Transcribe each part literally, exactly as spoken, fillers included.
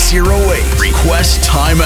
six oh eight Request Timeout.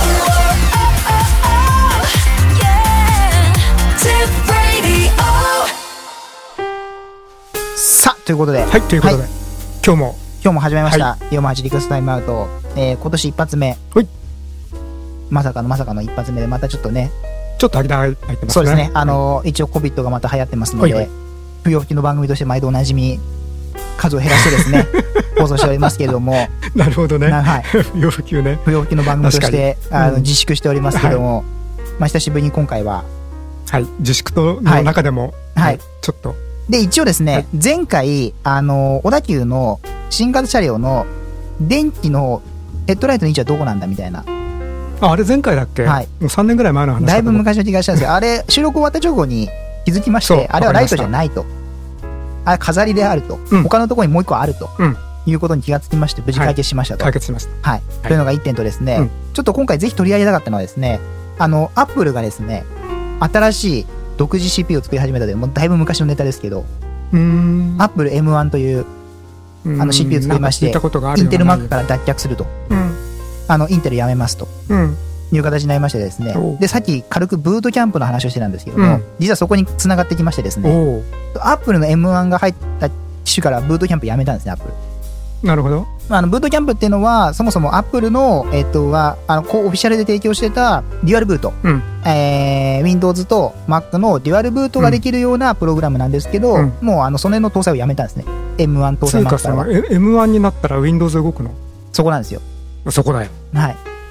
さあということで、 はいということで、はい、今日も今日も始めました、 はい、 よんまはちリクエストタイムアウト、えー、今年一発目、 はい、 まさかのまさかの一発目でまたちょっとねちょっと間入ってますね。 そうですね、あのー、一応 コビッド がまた流行ってますので、はいはい、不要不急の番組として毎度おなじみ数を減らしてですね放送しておりますけれどもなるほどね、 はい、 不要不急ね不要不急の番組としてあの、うん、自粛しておりますけども、はい、まあ、久しぶりに今回ははい自粛の中でも、はいはい、ちょっとで一応ですね、はい、前回あの小田急の新型車両の電気のヘッドライトの位置はどこなんだみたいな、 あ, あれ前回だっけ、はい、もうさんねんぐらい前の話だだいぶ昔の気がしたんですけどあれ収録終わった直後に気づきまして、あれはライトじゃないと、あれ飾りであると、うん、他のところにもう一個あると、うん、いうことに気がつきまして無事解決しましたと、 はい、解決しました、 はいはい、というのがいってんとですね、うん、ちょっと今回ぜひ取り上げたかったのはですね、あのアップルがですね新しい独自 シーピーユー を作り始めたという、もうだいぶ昔のネタですけど、うーんアップル エムワン というあの シーピーユー を作りまして、インテル Mac から脱却すると、うん、あのインテルやめますと、うん、いう形になりましてですね、でさっき軽くブートキャンプの話をしてたんですけども、うん、実はそこに繋がってきましてですね、アップルの エムワン が入った機種からブートキャンプやめたんですね、アップル。 なるほど。 あのブートキャンプっていうのはそもそもアップルの、えっと、はあのこうオフィシャルで提供してたデュアルブート、うん、えー、Windows と Mac のデュアルブートができるようなプログラムなんですけど、うん、もうあのその辺の搭載をやめたんですね、 エムワン 搭載 Mac からは。 エムワン になったら Windows 動くの？ そこなんですよ。 そこだよ。 はい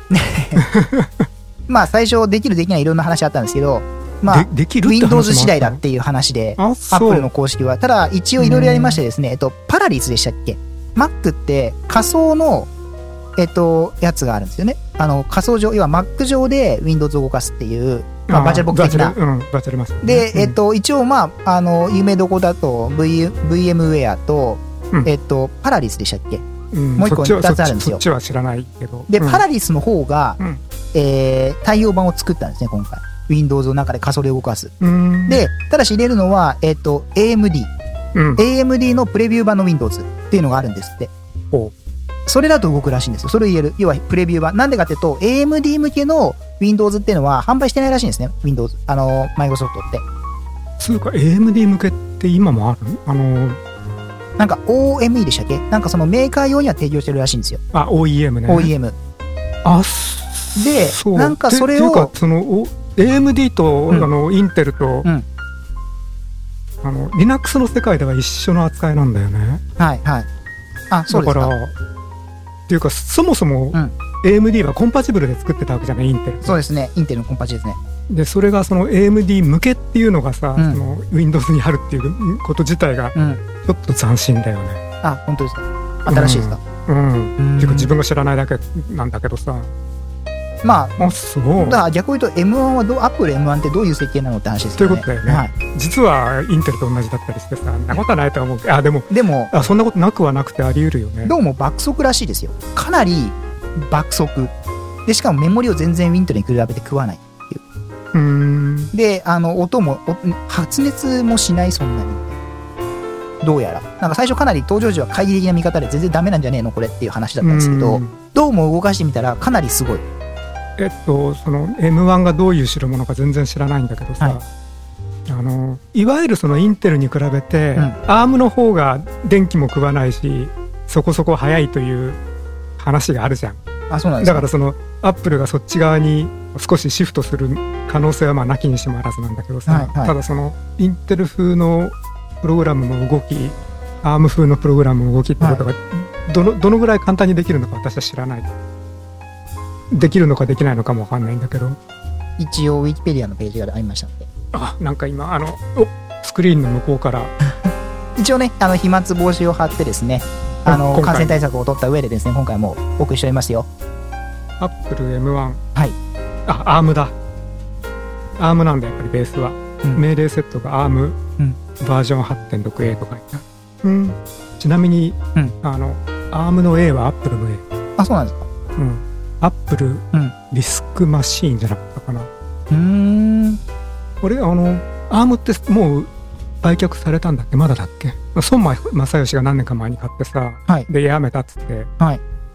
まあ最初できるできないいろんな話あったんですけど、まあ、でできる Windows 次第だっていう話でアップルの公式は。ただ一応いろいろやりましてですね、えっと、パラリスでしたっけ、 Mac って仮想の、えっと、やつがあるんですよね。あの仮想上、要は Mac 上で Windows を動かすっていう、まあ、バーチャルボックス的な、うん、バーチャルマス、ね、で、えっと、一応まああの有名どこだと v VMware と、うん、えっと、パラリスでしたっけ、うん、もう一個ふたつあるんですよ。 そっちは知らないけど。 で、 うん、 パラリスの方が、うん、えー、対応版を作ったんですね今回。Windows の中で仮想で動かす。で、ただし入れるのは、えっと、エーエムディー、うん、エーエムディー のプレビュー版の Windows っていうのがあるんですって。おそれだと動くらしいんですよ。それを入れる。要はプレビュー版。なんでかっていうと、エーエムディー 向けの Windows っていうのは販売してないらしいんですね。Windows。あの、マイクロソフトって。 そうか、エーエムディー 向けって今もある？あの、 なんか オーエムイー でしたっけ？なんかそのメーカー用には提供してるらしいんですよ。 あ、オーイーエム ね。 オーイーエム。 あ、 で、なんかそれを。 っていうか、その、エーエムディー と、うん、あのインテルと、うん、あの Linux の世界では一緒の扱いなんだよね。 はいはい。あ、そうですか。 だからっていうかそもそも、うん、エーエムディー はコンパチブルで作ってたわけじゃない、インテル。 そうですね、インテルのコンパチですね。 でそれがその エーエムディー 向けっていうのがさ、うん、その Windows にあるっていうこと自体がちょっと斬新だよね。 うん、あ、本当ですか。新しいですか。 うん。うん、っていうか自分が知らないだけなんだけどさ。 まあ、 あ、すごい。 だから逆に言うと エムワン はどう、アップル エムワン ってどういう設計なのって話ですよね。 ということだよね。はい、実はインテルと同じだったりしてさ、そんなことはないと思うけど、あ、でも、 でもあ、そんなことなくはなくてあり得るよね。 どうも爆速らしいですよ。かなり爆速で、しかもメモリを全然ウィンテルに比べて食わないっていう。うーんで、あの音も発熱もしない、そんなに。どうやらなんか最初かなり登場時は懐疑的な見方で全然ダメなんじゃねえのこれっていう話だったんですけど、どうも動かしてみたらかなりすごい。 えっと、その エムワン がどういう代物か全然知らないんだけどさ、はい、あのいわゆるそのインテルに比べて、うん、アームの方が電気も食わないしそこそこ速いという話があるじゃん。 あ、そうなんですか。 だからそのアップルがそっち側に少しシフトする可能性はまあなきにしもあらずなんだけどさ、はいはい、ただそのインテル風のプログラムの動き、アーム風のプログラムの動きってことがどの、どのぐらい簡単にできるのか私は知らない。できるのかできないのかもわかんないんだけど、 一応ウィキペディアのページがありましたので、 あ、なんか今あのおスクリーンの向こうから一応ね、あの飛沫防止を貼ってですね、あの感染対策を取った上でですね、今回もお送りしておりますよ。 アップル エムワン、 はい、 あ、アームだ。アームなんだやっぱりベースは、うん、命令セットがアーム、うん、バージョン はちてんろくエー とか言った、うん、ちなみに、うん、あのアームの A はアップルの A。 あ、そうなんですか。 うん、アップル、うん、リスクマシーンじゃなかったかな。うーん、 これあのアームってもう売却されたんだっけ、まだだっけ。孫正義が何年か前に買ってさ、はい、でやめたっつって、はい、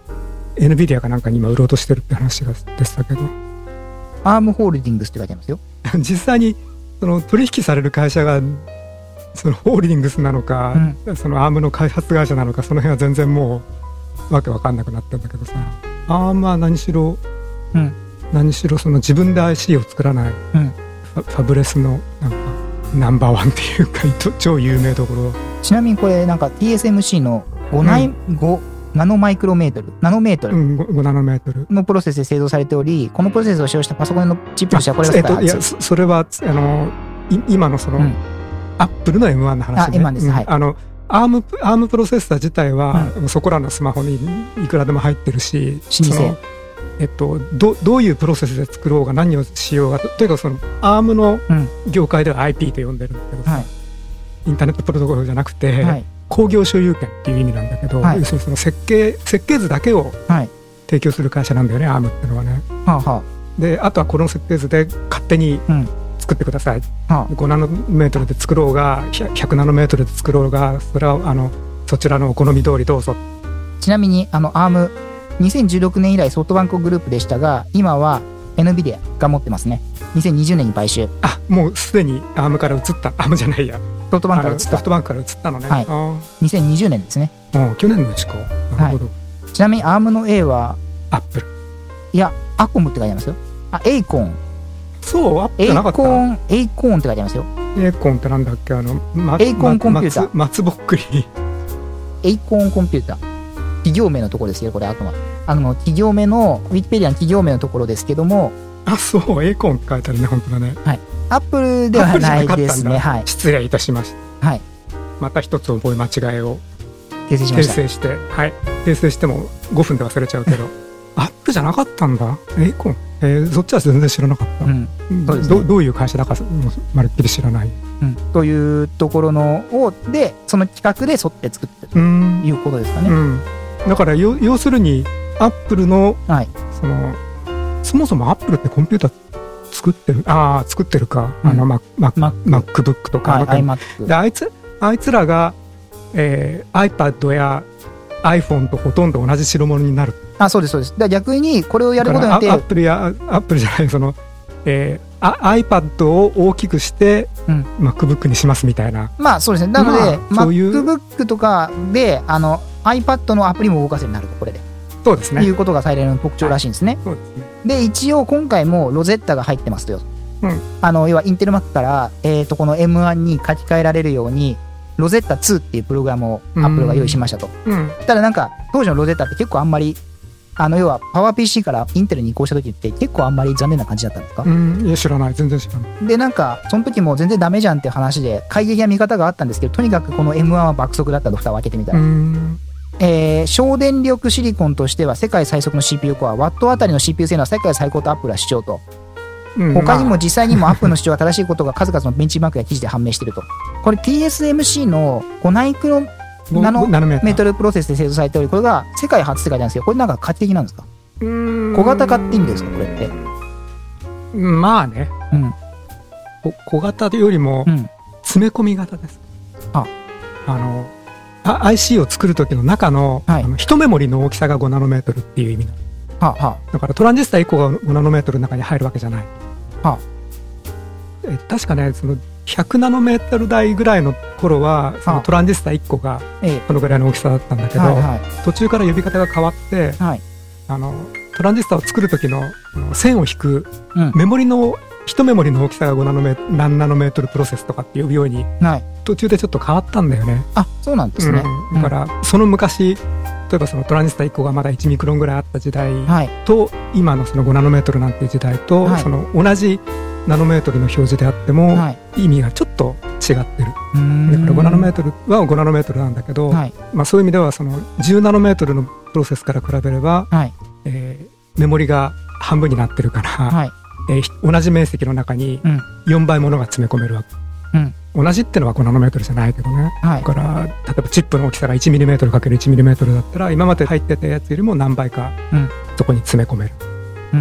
エヌビディアかなんかに今売ろうとしてるって話がでしたけど、 アームホールディングスって書いてますよ。 実際にその取引される会社がそのホールディングスなのか、うん、そのアームの開発会社なのか、その辺は全然もうわけわかんなくなったんだけどさ、アームは何しろ、うん、何しろその自分で アイシー を作らない、うん、ファブレスのなんかナンバーワンっていうか超有名どころ。 ちなみにこれなんか ティーエスエムシー のごナイ、うん、ごナノマイクロメートルナノメートル、うん、 ごナノメートルのプロセスで製造されており、このプロセスを使用したパソコンのチップとしてはこれが世界初。 えっと、いや そ, それはあの今のその、うん、アップルの エムワン の話ね。 あ エムワン です、うん、はい。 あのアームアームプロセッサー自体は、うん、そこらのスマホにいくらでも入ってるし、 老舗えっと、ど, どういうプロセスで作ろうが何をしようが、というかそのアームの業界では アイピー と呼んでるんだけどさ、はい、インターネットプロトコルじゃなくて、はい、工業所有権っていう意味なんだけど、はい、要するにその設計設計図だけを提供する会社なんだよね、アームっていうのはね。はあはあ、であとはこの設計図で勝手に作ってください、うんはあ、ごナノメートルで作ろうがひゃくナノメートルで作ろうが、それはあのそちらのお好み通りどうぞ。 ちなみにあのアームにせんじゅうろくねん以来ソフトバンクグループでしたが、今は エヌビディア が持ってますね。にせんにじゅうねんに買収。 あ、もうすでにアームから移った。アームじゃないや、 ソフトバンクから移った。 ソフトバンクから移ったのね、 はい、あにせんにじゅうねんですね。 あ、去年のうちか。なるほど、はい、 ちなみにアームの A はアップル、 いやアコムって書いてますよ。あ、エイコン。 そう、アップルなかった。 エイコン、エイコンって書いてますよ。 エイコンってなんだっけ、あの、 ま、エイコンコンピューター、 ま、松ぼっくりエイコンコンピューター、企業名のところですよ、これ。あとはあの企業名のウィキペディアの企業名のところですけども、 あ、そう、エイコンって書いてあるね、本当だね。 はい、アップルではないですね。はい、 失礼いたしました。 はい、 また一つ覚え間違いを訂正しました。 訂正して、はい、訂正してもごふんで忘れちゃうけどアップルじゃなかったんだ、エイコン。えー、そっちは全然知らなかった、うん、そうですね、ど, どういう会社だかまるっきり知らない、 うん、というところのをでその企画で沿って作ってるということですかね、うん、 だから要するにアップルの、 はい、 そのそもそもアップルってコンピューター作ってるあ作ってるか、うん、あの MacBook とか、 はい、iMac であいつあいつらが、えー、iPad や iPhone とほとんど同じ代物になる。 あ、そうですそうです。だから逆にこれをやることによってアップルやアップルじゃないその、えー、iPad を大きくして、うん、MacBook にしますみたいな。 まあそうですね。なので、まあ、MacBook とかであの iPad のアプリも動かせるようになると、これで。 そうですね。 いうことが最大の特徴らしいんですね。 はい、そうですね。 で一応今回もロゼッタが入ってますよ。うん、あの要はインテル Mac から、えー、とこの エムワン に書き換えられるようにロゼッタツーっていうプログラムをアップルが用意しましたと、うん、ただなんか当時のロゼッタって結構あんまりあの要はパワー ピーシー からインテルに移行した時って結構あんまり残念な感じだったんですか？ うん、いや知らない、全然知らない。 でなんかその時も全然ダメじゃんっていう話で懐疑的な見方があったんですけど、とにかくこの エムワン は爆速だったと蓋を開けてみたら、うんえー、省電力シリコンとしては世界最速の シーピーユー コア、ワットあたりの シーピーユー 性能は世界最高とアップルは主張と、うん、他にも実際にもアップルの主張が正しいことが数々のベンチマークや記事で判明していると。これ ティーエスエムシー のごナイクロナノメートルプロセスで製造されており、これが世界初って書いてあるんですけど、これなんか画期的なんですか？うーん、小型化って意味ですかこれって？ まあね、うん、小型よりも詰め込み型です、うん、ああのアイシー を作る時の中 の,、はい、あの一メモリの大きさがごナノメートルっていう意味なの、はあはあ、だからトランジスタいっこがごナノメートルの中に入るわけじゃない、はあ、え確かねそのひゃくナノメートル台ぐらいの頃はそのトランジスタいっこがこのぐらいの大きさだったんだけど、はいはい、途中から呼び方が変わって、はい、あのトランジスタを作る時の線を引くメモリの一メモリの大きさがごナノメ何ナノメートルプロセスとかって呼ぶように、はい、途中でちょっと変わったんだよね。 あ、そうなんですね、 うん、だからその昔例えばそのトランジスタいっこがまだいちミクロンぐらいあった時代と、はい、今のそのごナノメートルなんていう時代と、はい、その同じナノメートルの表示であっても、はい、意味がちょっと違ってる。だからごナノメートルはごナノメートルなんだけど、はい、まあ、そういう意味ではそのじゅうナノメートルのプロセスから比べれば、はい、えー、メモリが半分になってるから、はい、えー、同じ面積の中によんばいものが詰め込めるわけ、うん、同じってのはごナノメートルじゃないけどね、はい、だから例えばチップの大きさが いちミリメートルかけるいちミリメートルだったら今まで入ってたやつよりも何倍かそこに詰め込める、うん、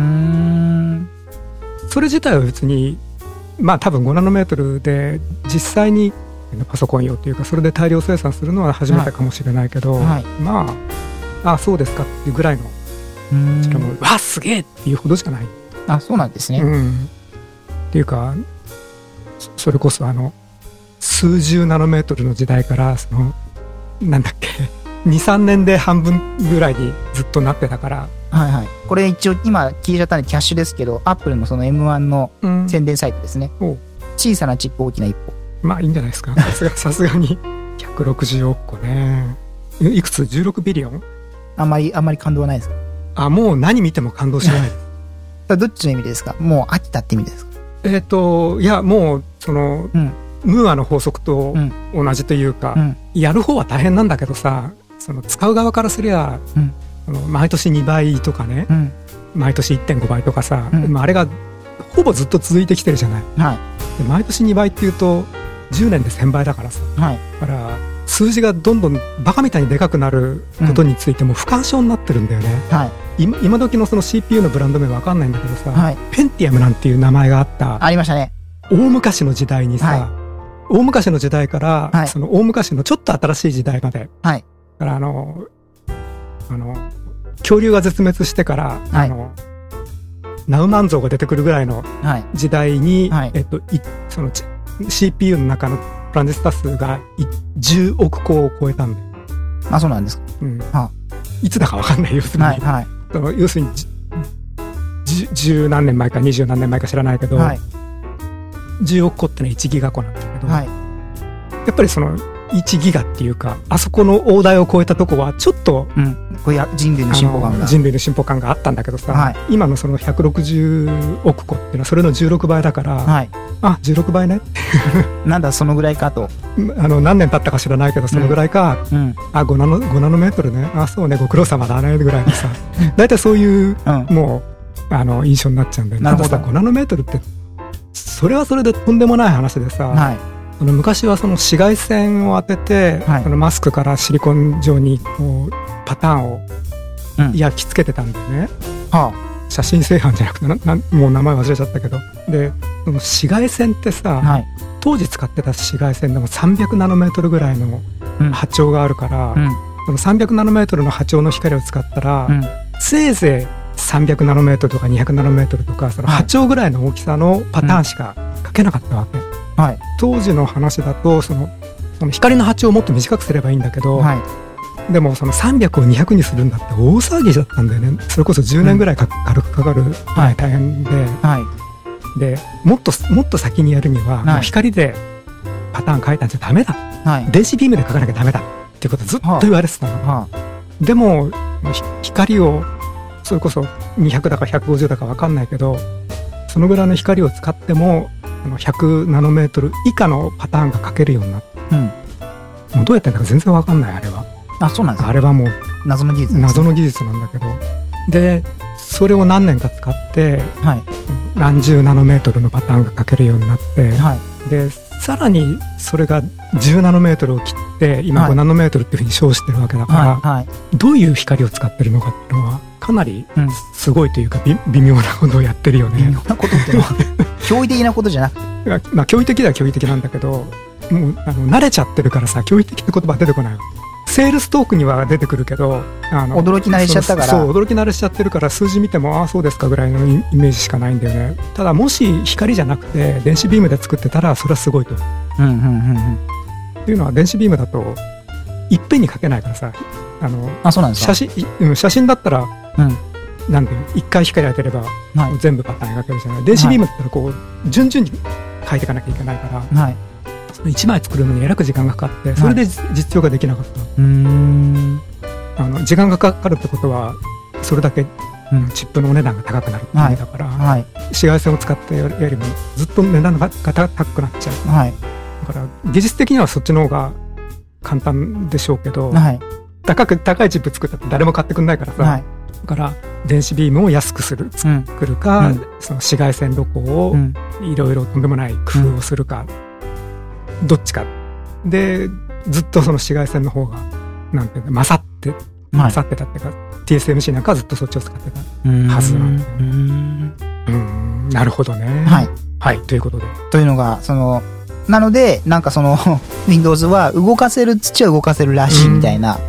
それ自体は別にまあ多分ごナノメートルで実際にパソコン用というかそれで大量生産するのは初めてかもしれないけど、はいはい、まああそうですかっていうぐらいのしかもわすげえっていうほどじゃない。 あ、そうなんですね、 うん、っていうかそれこそあの数十ナノメートルの時代からそのなんだっけにさんねんで半分ぐらいにずっとなってたから。 はいはい。これ一応今聞いちゃったんでキャッシュですけど、アップルのその エムワン の宣伝サイトですね、うん、小さなチップ大きな一歩。 まあいいんじゃないですか。さすがさすがにひゃくろくじゅうおくこね。いくつじゅうろくビリオン。あんまりあんまり感動はないですか。 あ、もう何見ても感動しない。 どっちの意味ですか。もう飽きたって意味ですか。 えっといやもうその、うん、ムーアの法則と同じというか、うん、やる方は大変なんだけどさ、その使う側からすりゃ、うん、その毎年にばいとかね、うん、毎年 いってんごばいとかさ、うん、あれがほぼずっと続いてきてるじゃない、はい、で毎年にばいっていうとじゅうねんでせんばいだからさ、はい、だから数字がどんどんバカみたいにでかくなることについても不干渉になってるんだよね、はい、今, 今時のその シーピーユー のブランド名わかんないんだけどさ、はい、ペンティアムなんていう名前があったありましたね。 大昔の時代にさ、はい、大昔の時代から、はい、その大昔のちょっと新しい時代まで、はい、だからあのあの恐竜が絶滅してから、はい、あのナウマンゾウが出てくるぐらいの時代に、はい、えっと、いその シーピーユー の中のトランジスタ数がじゅうおくこを超えたんで。 あ、そうなんですか、うん、はあ、 いつだか分かんない。要するに、はいはい、その要するに十何年前か二十何年前か知らないけど、はい、じゅうおくこってのはいちギガ個なんだけど、はい、やっぱりそのいちギガっていうか、あそこの大台を超えたとこはちょっと、うん、これや人類の進歩感が人類の進歩感があったんだけどさ、はい、今のそのひゃくろくじゅうおくこっていうのはそれのじゅうろくばいだから、はい、あじゅうろくばいねなんだそのぐらいかとあの何年経ったか知らないけどそのぐらいか、うん、あ 5, ナノ5ナノメートルね、あそうねご苦労様だねぐらいのさだいたいそういう、うん、もうあの印象になっちゃうんだよね。たださごナノメートルってそれはそれでとんでもない話でさ、はい、その昔はその紫外線を当てて、はい、そのマスクからシリコン状にこうパターンを焼き付けてたんだよね、うんはあ、写真製版じゃなくてななもう名前忘れちゃったけど、でその紫外線ってさ、はい、当時使ってた紫外線でもさんびゃくナノメートルぐらいの波長があるから、うん、そのさんびゃくナノメートルの波長の光を使ったら、うん、せいぜいさんびゃくナノメートルとかにひゃくナノメートルとかその波長ぐらいの大きさのパターンしか書けなかったわけ、うんはい、当時の話だとそのその光の波長をもっと短くすればいいんだけど、はい、でもそのさんびゃくをにひゃくにするんだって大騒ぎだったんだよね。それこそじゅうねんぐらいか、うん、軽くかかる、はい、大変で、はい、でもっともっと先にやるには、はい、もう光でパターン書いたんじゃダメだ、はい、電子ビームで書かなきゃダメだっていうことずっと言われてたの、はあ、でも光をそれこそにひゃくだかひゃくごじゅうだか分かんないけどそのぐらいの光を使ってもひゃくナノメートル以下のパターンが書けるようになって、うん、もうどうやってんだか全然分かんないあれは。 あ、そうなんですか。 あれはもう謎の技術です、ね、 謎の技術なんだけど、でそれを何年か使って、はい、何十ナノメートルのパターンが書けるようになって、はい、でさらにそれがじゅうナノメートルを切って今ごナノメートルっていうふうに称してるわけだから、はいはい、どういう光を使ってるのかっていうのはかなりすごいというか、うん、微妙なことをやってるよね。 微妙なことっていうのは驚異的なことじゃなくてまあ驚異的では驚異的なんだけど、もうあの慣れちゃってるからさ驚異的って言葉出てこない。セールストークには出てくるけどあの驚き慣れしちゃったからそう驚き慣れしちゃってるから数字見てもああそうですかぐらいのイメージしかないんだよね。ただもし光じゃなくて電子ビームで作ってたらそれはすごいと、うんうんうんうん、っていうのは電子ビームだといっぺんに書けないからさ、あのあそうなんですか。 写真、うん、写真だったら、うん、なんでいっかい光当てれば、はい、全部パターン描けるじゃない。電子ビームだったらこう、はい、順々に書いていかなきゃいけないから、はい、そのいちまい作るのにえらく時間がかかってそれで実用ができなかった、はい、うーんあの時間がかかるってことはそれだけ、うん、チップのお値段が高くなるって意味だから、はいはい、紫外線を使ってやるよりもずっと値段が高くなっちゃう、はい、だから技術的にはそっちの方が簡単でしょうけど、はい、高く高いチップ作ったって誰も買ってくんないからさ、はい、だから電子ビームを安くする作るか、うん、その紫外線露光をいろいろとんでもない工夫をするか、うん、どっちかでずっとその紫外線の方がなんていうの勝って勝ってたっていうか、はい、ティーエスエムシー なんかはずっとそっちを使ってたはずなんだよね。うーんうーんなるほどね。はい、はい、ということでというのがそのなのでなんかその Windows は動かせる土は動かせるらしいみたいな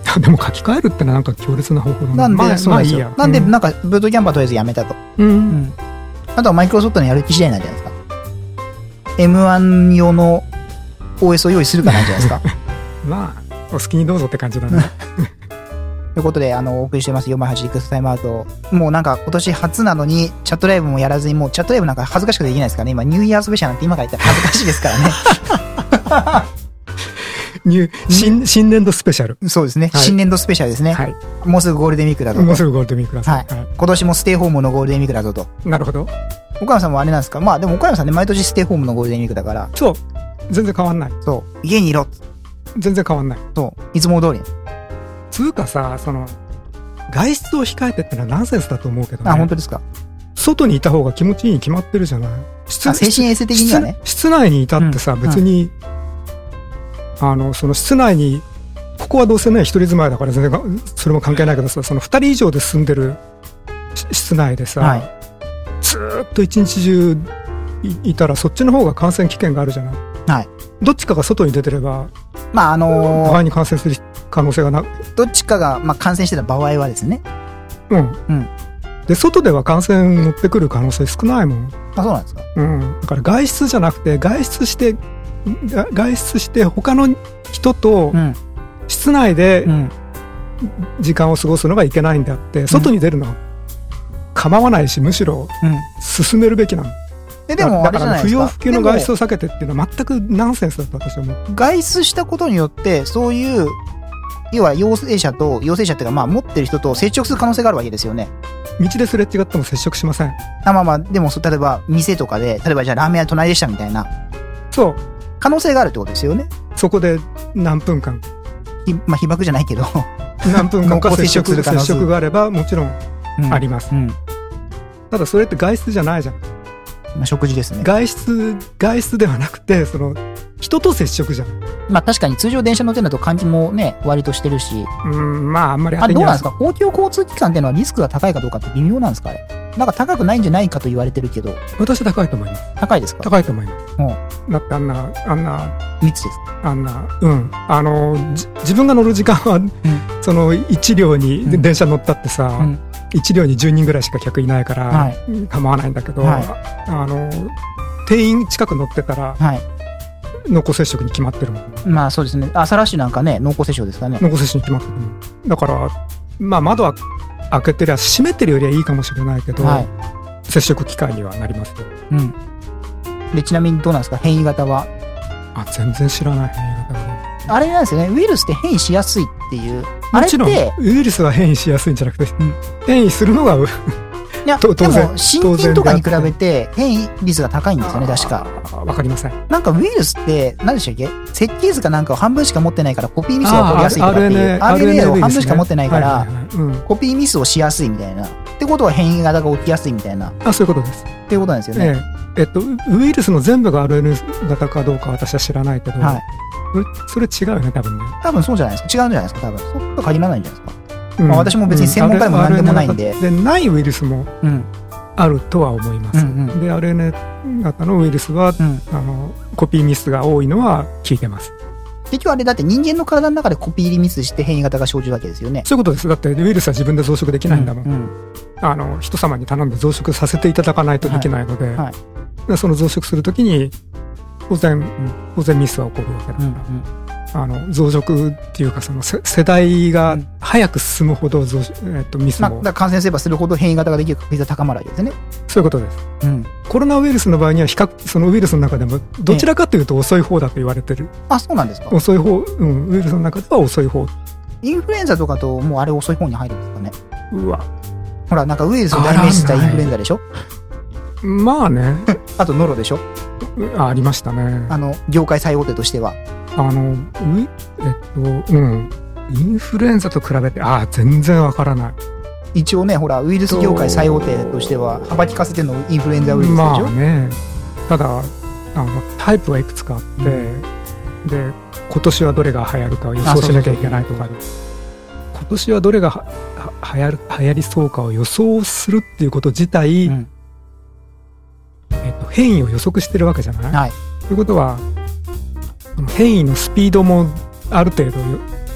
でも書き換えるってのはなんか強烈な方法なんで、 なんで、そうなんですよ。なんで、なんか、ブートキャンプはとりあえずやめたと。うん。うん。あとはマイクロソフトのやる気次第なんじゃないですか。エムワン 用の オーエス を用意するかなんじゃないですか。 まあ、お好きにどうぞって感じだね。 ということで、あの、お送りしてます よんまいはち リクエストタイムアウト。もうなんか今年初なのに、チャットライブもやらずに、もうチャットライブなんか恥ずかしくてできないですからね。今、ニューイヤースペシャルなんて今から言ったら恥ずかしいですからね。 ニュー新、新年度スペシャル。 そうですね。はい、新年度スペシャルですね。はい。もうすぐゴールデンウィークだと。 もうすぐゴールデンウィークだと。 はい。はい、今年もステイホームのゴールデンウィークだぞと。 なるほど。 岡山さんもあれなんですか。まあでも岡山さんね、毎年ステイホームのゴールデンウィークだから。 そう。全然変わんない。 そう。家にいろ。 全然変わんない。 そう。いつも通り。 つうかさ、その、外出を控えてってのはナンセンスだと思うけどね。 あ、本当ですか。 外にいた方が気持ちいいに決まってるじゃない。 あ、精神衛生的にはね。 室、室内にいたってさ、うん、別に、うん、あの、その室内に、ここはどうせね、一人住まいだから全然、それも関係ないけどさ、その二人以上で住んでる室内でさ、はい、ずーっと一日中 い, いたら、そっちの方が感染危険があるじゃない。はい。どっちかが外に出てれば、 まああのー、 互いに感染する可能性がな、 どっちかが、まあ、感染してた場合はですね。 うん。うん。で、外では感染持ってくる可能性少ないもん。 あ、そうなんですか。 うん。だから外出じゃなくて、外出して、外出して他の人と室内で時間を過ごすのがいけないんであって、うん、外に出るのは構わないし、むしろ進めるべきなの。え、でもあれじゃないですか。不要不急の外出を避けてっていうのは全くナンセンスだと私は思う。 外出したことによって、そういう、要は陽性者と、陽性者っていうか、まあ持ってる人と接触する可能性があるわけですよね。 道ですれ違っても接触しません。 あ、まあまあ、でも、例えば店とかで、例えばじゃあラーメン屋隣でしたみたいな。 そう。 可能性があるってことですよね。 そこで何分間。 まあ被爆じゃないけど。 何分間か接触する接触があればもちろんあります。うんうん、ただそれって外出じゃないじゃん。 まあ、食事ですね。 外出、外出ではなくて、その、人と接触じゃん。 まあ確かに通常電車乗ってるのと換気もね、割としてるし。 うん、まああんまりあれどうなんですか。公共交通機関っていうのはリスクが高いかどうかって微妙なんですかあれ。なんか高くないんじゃないかと言われてるけど。 私は高いと思います。 高いですか。 高いと思います。うん。だってあんな、あんな。 密ですか。 あんな、うん。あの、自分が乗る時間は、うん、その一両に電車乗ったってさ、うんうん一両にじゅうにんぐらいしか客いないから構わないんだけど、はい、あの定員近く乗ってたら、はい、濃厚接触に決まってるもん。 まあそうですね。朝ラッシュなんかね濃厚接触ですからね。 濃厚接触に決まってるもん。だからまあ窓は開けてりゃ閉めてるよりはいいかもしれないけど、はい、接触機会にはなりますよ。うん。 でちなみにどうなんですか変異型は。 あ全然知らない変異型はね。 あれなんですよね。ウイルスって変異しやすいっていう。 もちろんウイルスは変異しやすいんじゃなくて、うん、変異するのがいやでも心筋とかに比べて変異率が高いんですよね確か。 わかりません。 なんかウイルスって何でしたっけ設計図かなんかを半分しか持ってないからコピーミスが起こりやすいとかっていう アールエヌエー を半分しか持ってないからコピーミスをしやすいみたいなってことは変異型が起きやすいみたいな。 あそういうことですっていうことなんですよね。 えええっとウイルスの全部が アールエヌエー 型かどうか私は知らないけど、はいそれ違うよね多分ね。 多分そうじゃないですか。違うんじゃないですか多分。そっと限らないんじゃないですか。うんまあ、私も別に専門家でも何でもないんで。 うん、でないウイルスもあるとは思います。うんうん、で アールエヌエー 型のウイルスは、うん、あのコピーミスが多いのは聞いてます。 結局あれだって人間の体の中でコピーミスして変異型が生じるわけですよね。 そういうことです。だってウイルスは自分で増殖できないんだもん。うんうん、あの人様に頼んで増殖させていただかないとできないので、はいはい、でその増殖するときに当然、うん、当然ミスは起こるわけだから。うんうんあの増殖っていうかその世代が早く進むほど増、うんえっと、ミスも、まあ、 だ感染すればするほど変異型ができる確率が高まるわけですね。 そういうことです、うん、コロナウイルスの場合には比較そのウイルスの中でもどちらかというと遅い方だと言われてる、 ええ、あそうなんですか。 遅い方、うん、ウイルスの中では遅い方。 インフルエンザとかともうあれ遅い方に入るんですかね。 うわほらなんかウイルスを代名詞したインフルエンザでしょ。 まあねあとノロでしょ。 あ, ありましたね。 あの業界最大手としてはあのえっとうんインフルエンザと比べてあ全然わからない。 一応ねほらウイルス業界最大手としては幅利かせてのインフルエンザウイルスでしょ。 まあねただあのタイプはいくつかあって、うん、で今年はどれが流行るかを予想しなきゃいけないとかで今年はどれがはは流行る流行りそうかを予想するっていうこと自体、うんえっと、変異を予測してるわけじゃない、はい、ということは変異のスピードもある程度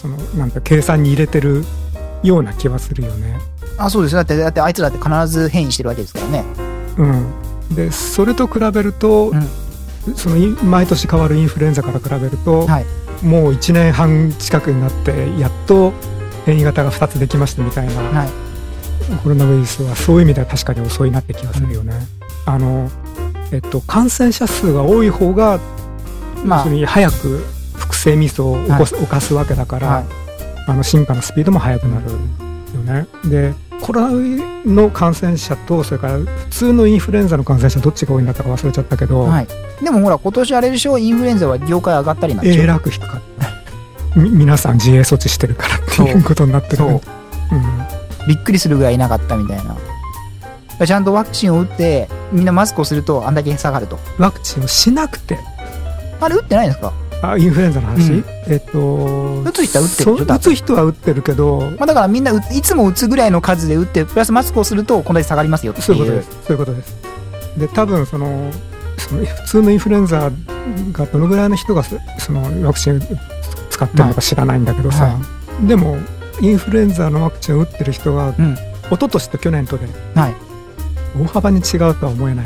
そのなんて計算に入れてるような気はするよね。 あ、そうですよ。だってだってあいつらって必ず変異してるわけですからね。 うん。でそれと比べると、うん、その毎年変わるインフルエンザから比べると、はい、もういちねんはん近くになってやっと変異型がふたつできましたみたいな、はい、コロナウイルスはそういう意味では確かに遅いなって気がするよね。うん、あのえっと、感染者数が多い方が、まあ、要するに早く複製ミスを起こす、はい、犯すわけだから、はい、あの進化のスピードも速くなるよね。でコロナの感染者とそれから普通のインフルエンザの感染者どっちが多いんだったか忘れちゃったけど、はい、 でもほら今年あれでしょ、インフルエンザは業界上がったりなんでしょ。 えらく低かったみ皆さん自衛措置してるからっていうことになってる。そう、うん、 びっくりするぐらいいなかったみたいな。ちゃんとワクチンを打ってみんなマスクをするとあんだけ下がると。 ワクチンをしなくてあれ打ってないんですか。 あ、インフルエンザの話、うん、えっと打つ人は打ってるでしょ。 打つ人は打ってるけど、 まあ、だからみんないつも打つぐらいの数で打ってプラスマスクをするとこんなに下がりますよっていう。 そういうことです。そういうことです。で多分そのその普通のインフルエンザがどのぐらいの人がそのワクチン使ってるのか知らないんだけどさ、はいはい、でもインフルエンザのワクチンを打ってる人が、うん、一昨年と去年とで、はい、大幅に違うとは思えないから。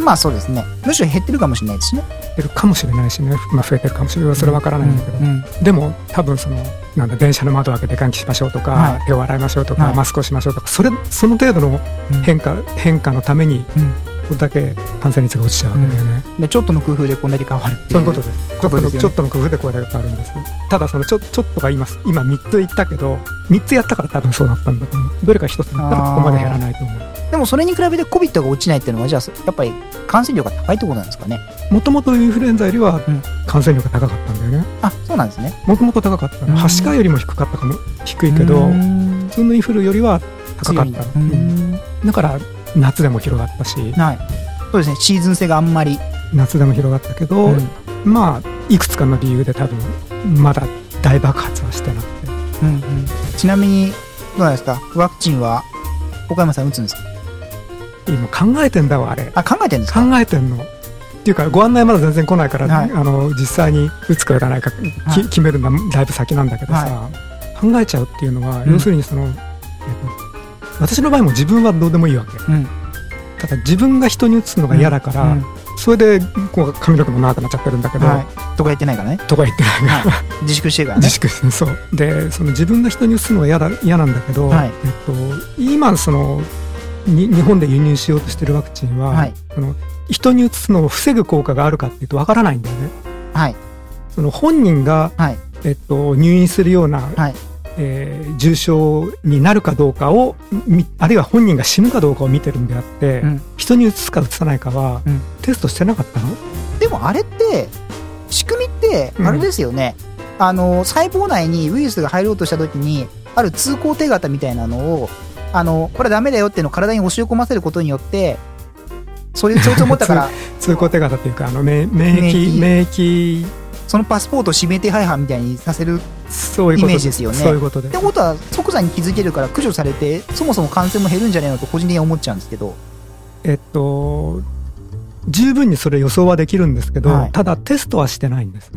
まあそうですね。むしろ減ってるかもしれないですね。 減ってるかもしれないしね、まあ、増えてるかもしれない。それは分からないんだけど、うんうんうん、でも多分そのなんだ電車の窓を開けて換気しましょうとか、はい、手を洗いましょうとか、はい、マスクをしましょうとか、それその程度の変化、うん、変化のために、うん、これだけ感染率が落ちちゃうんだよね。 うん、でちょっとの工夫でこんだけ変わるっていう。 そういうことです。ちょっとの、ちょっとの工夫でこれだけ変わるんです。ただそのちょ、ちょっとが今今みっつ言ったけどみっつやったから多分そうなったんだと思う。どれかひとつだったらここまで減らないと思う。 でもそれに比べて コビッド が落ちないっていうのはじゃあやっぱり感染量が高いってことなんですかね。 もともとインフルエンザよりは感染量が高かったんだよね。 うん、あ、そうなんですね。 もともと高かった。はしかよりも低かったかも、低いけど普通のインフルよりは高かった。うん、だから夏でも広がったし、 はい、そうですね。シーズン性があんまり夏でも広がったけど、うん、まあいくつかの理由で多分まだ大爆発はしてなくて、うんうん、 ちなみにどうなんですか、ワクチンは岡山さん打つんですか。 今考えてんだわあれ。 あ、考えてんですか。 考えてんのっていうかご案内まだ全然来ないから、はい、あの実際に打つか打たないか、はい、決めるのはだいぶ先なんだけどさ、はい、考えちゃうっていうのは、うん、要するにその、えっと、私の場合も自分はどうでもいいわけ、うん、ただ自分が人に打つのが嫌だから、うんうん、それでこう髪の毛も長くなっちゃってるんだけど、はい、 とか言ってないからね。 とか言ってないから、はい、 自粛してるからね。 自粛して、そうでその自分が人に打つのは嫌だ嫌なんだけど、はい、えっと、今そのに日本で輸入しようとしてるワクチンは、はい、その人にうつすのを防ぐ効果があるかっていうとわからないんだよね。はい、その本人が、はい、えっと、入院するような、はい、えー、重症になるかどうかを、あるいは本人が死ぬかどうかを見てるんであって、うん、人にうつすかうつさないかは、うん、テストしてなかったの？ でもあれって仕組みってあれですよね、うん、あの細胞内にウイルスが入ろうとした時にある通行手形みたいなのを、あのこれダメだよっていうのを体に押し込ませることによってそういうそいつを持ったから通行手形っていうかあの免疫免疫そのパスポートを指名手配犯みたいにさせるイメージですよね。 そういうことで。 ってことは即座に気づけるから駆除されてそもそも感染も減るんじゃないのと個人的に思っちゃうんですけど、 えっと十分にそれ予想はできるんですけど、はい、ただテストはしてないんです、うん、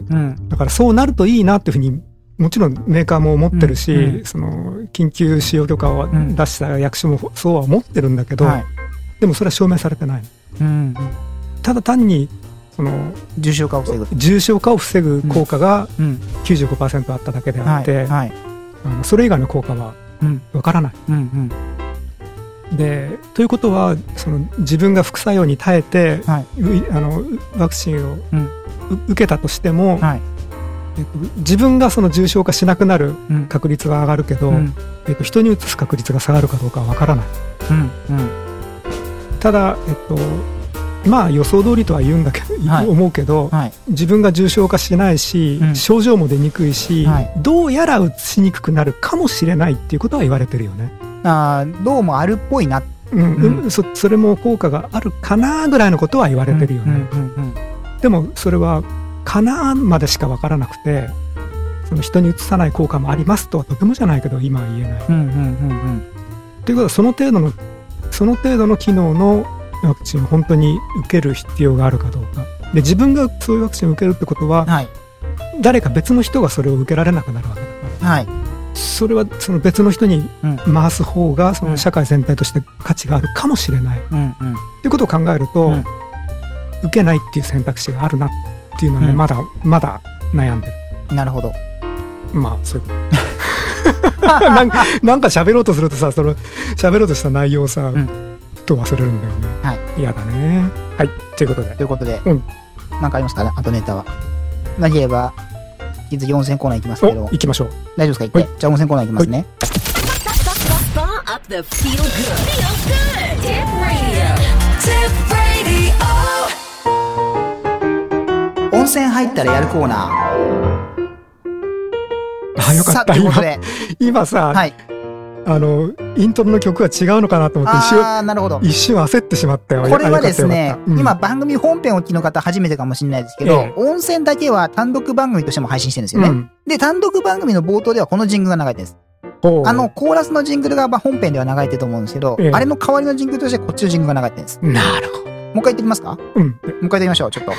だからそうなるといいなっていうふうにもちろんメーカーも思ってるし、うんうん、その緊急使用許可を出した役所もそうは思ってるんだけど、はい、でもそれは証明されてない、うんうん、ただ単にその重症化を防ぐ重症化を防ぐ効果が きゅうじゅうごパーセント あっただけであって、うんはいはい、あのそれ以外の効果はわからない、うんうんうん、でということはその自分が副作用に耐えて、はい、あのワクチンを、うん、受けたとしても、はい、えっと、自分がその重症化しなくなる確率は上がるけど、うん、えっと、人にうつす確率が下がるかどうかはわからない、うんうん、ただ、えっとまあ予想通りとは言うんだけど、はい、思うけど、はい、自分が重症化しないし、うん、症状も出にくいし、はい、どうやらうつしにくくなるかもしれないっていうことは言われてるよね。 あ、どうもあるっぽいな、 うんうん、そ, それも効果があるかなぐらいのことは言われてるよね、うんうんうんうん、でもそれはかなまでしか分からなくて、その人にうつさない効果もありますとはとてもじゃないけど今は言えない、うんうんうんうん、ということはその程度のその程度の機能のワクチンを本当に受ける必要があるかどうかで、自分がそういうワクチンを受けるってことは、はい、誰か別の人がそれを受けられなくなるわけだかはい、 それはその別の人に回す方がその社会全体として価値があるかもしれない、うんうん、っていうことを考えると、うん、受けないっていう選択肢があるなっていうのはね、うん、まだまだ悩んでる。 なるほど。 まあそういうことなんかなんか喋ろうとするとさ、その喋ろうとした内容をさ、うん、と忘れるんだよね。はい、嫌だね。はい、ということでということで、うん、なんかありますかね、あとネタは。なければ引き続き温泉コーナー行きますけど。 行きましょう。 大丈夫ですか、行って、はい、じゃあ温泉コーナー行きますね。温泉入ったらやるコーナー。 あ、よかった。今, 今さ、はい、あのイントロの曲が違うのかなと思って一瞬、なるほど、一瞬焦ってしまったよ。 これはですね、うん、今番組本編をお聞きの方初めてかもしれないですけど、ええ、温泉だけは単独番組としても配信してるんですよね、うん、で単独番組の冒頭ではこのジングルが流れてるんです。あのコーラスのジングルが本編では流れてると思うんですけど、ええ、あれの代わりのジングルとしてこっちのジングルが流れてるんです。 なるほど。 もう一回言ってみますか。うん、もう一回言ってみましょう。ちょっと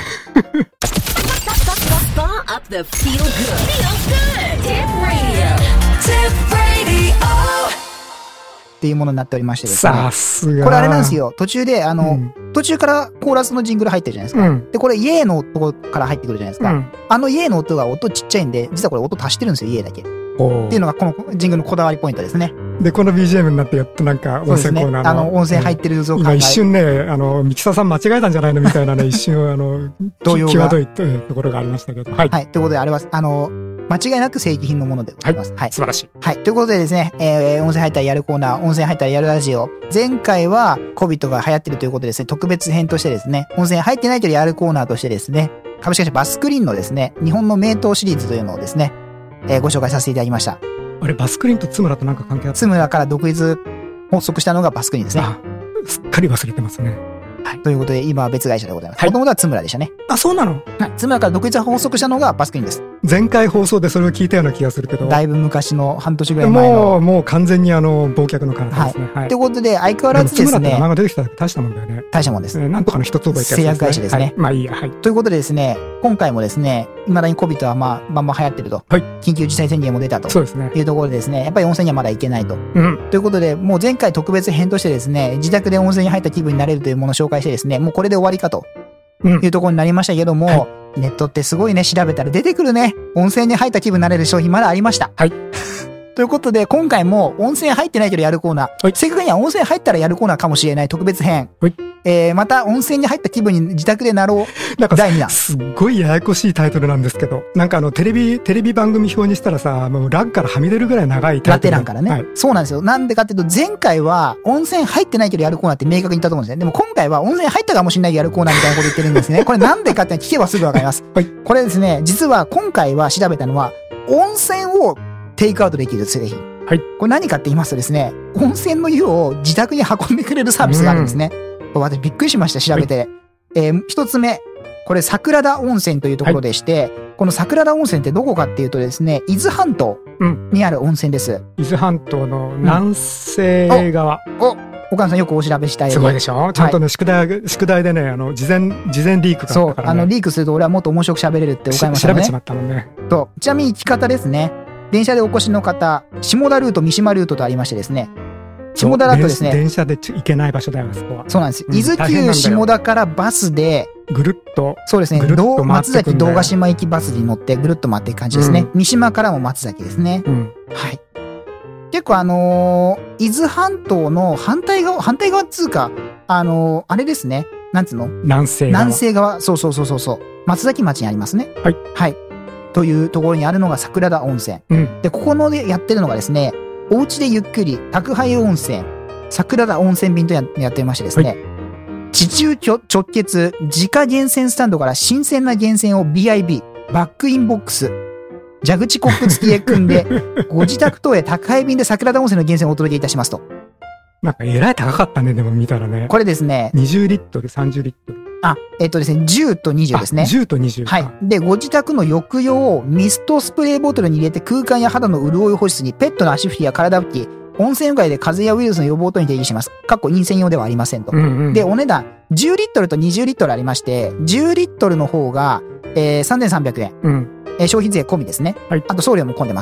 っていうものになっておりましてですね。 さすが。 これあれなんですよ。途中で、あの、うん、途中からコーラスのジングル入ってるじゃないですか。うん、で、これ、イエーの音から入ってくるじゃないですか。うん、あのイエーの音が音ちっちゃいんで、実はこれ音足してるんですよ、イエーだけ。っていうのがこのジングルのこだわりポイントですね。 で、この ビージーエム になってやっとなんか温泉コーナーの、ね、 あの温泉入ってるぞ感が、 今一瞬ね、あのミキサーさん間違えたんじゃないのみたいなね、一瞬あの動揺が際どいところがありましたけど、はい、 はい、ということであれはあの間違いなく正規品のものでございます。 はい、はい、素晴らしい。 はい、ということでですね、えー、温泉入ったらやるコーナー、温泉入ったらやるラジオ。前回は コビット が流行ってるということでですね、特別編としてですね、温泉入ってないけどやるコーナーとしてですね、株式会社バスクリーンのですね、日本の名刀シリーズというのをですね、えー、ご紹介させていただきました。 あれ、バスクリーンとツムラとなんか関係あった？ ツムラから独立発足したのがバスクリーンですね。 あ、すっかり忘れてますね。 はい。ということで、今は別会社でございます。もともとはツムラでしたね。 あ、そうなの？ はい。ツムラから独立発足したのがバスクリーンです。 前回放送でそれを聞いたような気がするけど。 だいぶ昔の半年ぐらい前の。 もう、もう完全にあの、忘却の彼方ですね。はい。 ということで、相変わらずですね。ツムラって名前が出てきただけ大したもんだよね。 大したもんです。 なんとかの一つ覚えて製薬会社ですね。 まあいいや。はい。 ということでですね、今回もですね、未だに コビット はまあ、まんま流行ってると。はい。緊急事態宣言も出たと。 そうですね。 いうところでですね、やっぱり温泉にはまだ行けないと。うん。ということで、もう前回特別編としてですね、自宅で温泉に入った気分になれるというものを紹介してですね、もうこれで終わりかと。いうところになりましたけども、はい、ネットってすごいね、調べたら出てくるね。温泉に入った気分になれる商品まだありました。はい。ということで、今回も温泉入ってないけどやるコーナー。はい。正確には温泉入ったらやるコーナーかもしれない特別編。はい。えー、また温泉に入った気分に自宅でなろう。なんかだいにだん。 すっごいややこしいタイトルなんですけど。なんかあの、テレビ、テレビ番組表にしたらさ、もう欄からはみ出るぐらい長いタイトル。 ラテ欄からね。はい。そうなんですよ。なんでかっていうと、前回は温泉入ってないけどやるコーナーって明確に言ったと思うんですね。でも今回は温泉入ったかもしれないけどやるコーナーみたいなこと言ってるんですね。これなんでかって聞けばすぐわかります。はい。これですね、実は今回は調べたのは、温泉をテイクアウトできる製品。はい。これ何かって言いますとですね、温泉の湯を自宅に運んでくれるサービスがあるんですね。これ私びっくりしました、調べて。はい、えー、一つ目。これ桜田温泉というところでして、はい、この桜田温泉ってどこかっていうとですね、伊豆半島にある温泉です。 うん、伊豆半島の南西側。 うん、お、お岡野さんよくお調べしたい。 すごいでしょ？ちゃんとね、はい、宿題、宿題でね、あの、事前、事前リークがあったからね。 そう、あの、リークすると俺はもっと面白く喋れるって岡山さんね。 調べちまったもんね。 と、ちなみに行き方ですね。電車でお越しの方、下田ルート、三島ルートとありましてですね。下田だとですね。 電車で行けない場所だよ、あそこは。 そうなんです。うん、伊豆急下田からバスで、 ぐるっと。 そうですね。松崎堂ヶ島行きバスに乗ってぐるっと回っていく感じですね。うん、三島からも松崎ですね。うん、はい。結構あのー、伊豆半島の反対側、反対側っつうか、あのー、あれですね。なんつうの？ 南西側。 南西側。そうそうそうそうそう。松崎町にありますね。はい。はい。というところにあるのが桜田温泉。うん、で、ここのでやってるのがですね、お家でゆっくり、宅配温泉、桜田温泉便と や, やってましてですね、はい、地中直結、自家源泉スタンドから新鮮な源泉を ビーアイビー、バックインボックス、蛇口コップ付きで組んで、ご自宅等へ宅配便で桜田温泉の源泉をお届けいたしますと。 なんかえらい高かったね、でも見たらね。 これですね。 にじゅうリットル、さんじゅうリットル。 あ、えっとですね、じゅうとにじゅうですね。 じゅうとにじゅう。 はい。で、ご自宅の浴用をミストスプレーボトルに入れて空間や肌の潤い保湿にペットの足拭きや体拭き、温泉うがいで風邪やウイルスの予防等に提示します。かっこ陰専用ではありませんと。うんうん、で、お値段、じゅうリットルとにじゅうリットルありまして、じゅうリットルの方が、えー、さんぜんさんびゃくえん。うん、えー、消費税込みですね。はい。あと送料も込んでます。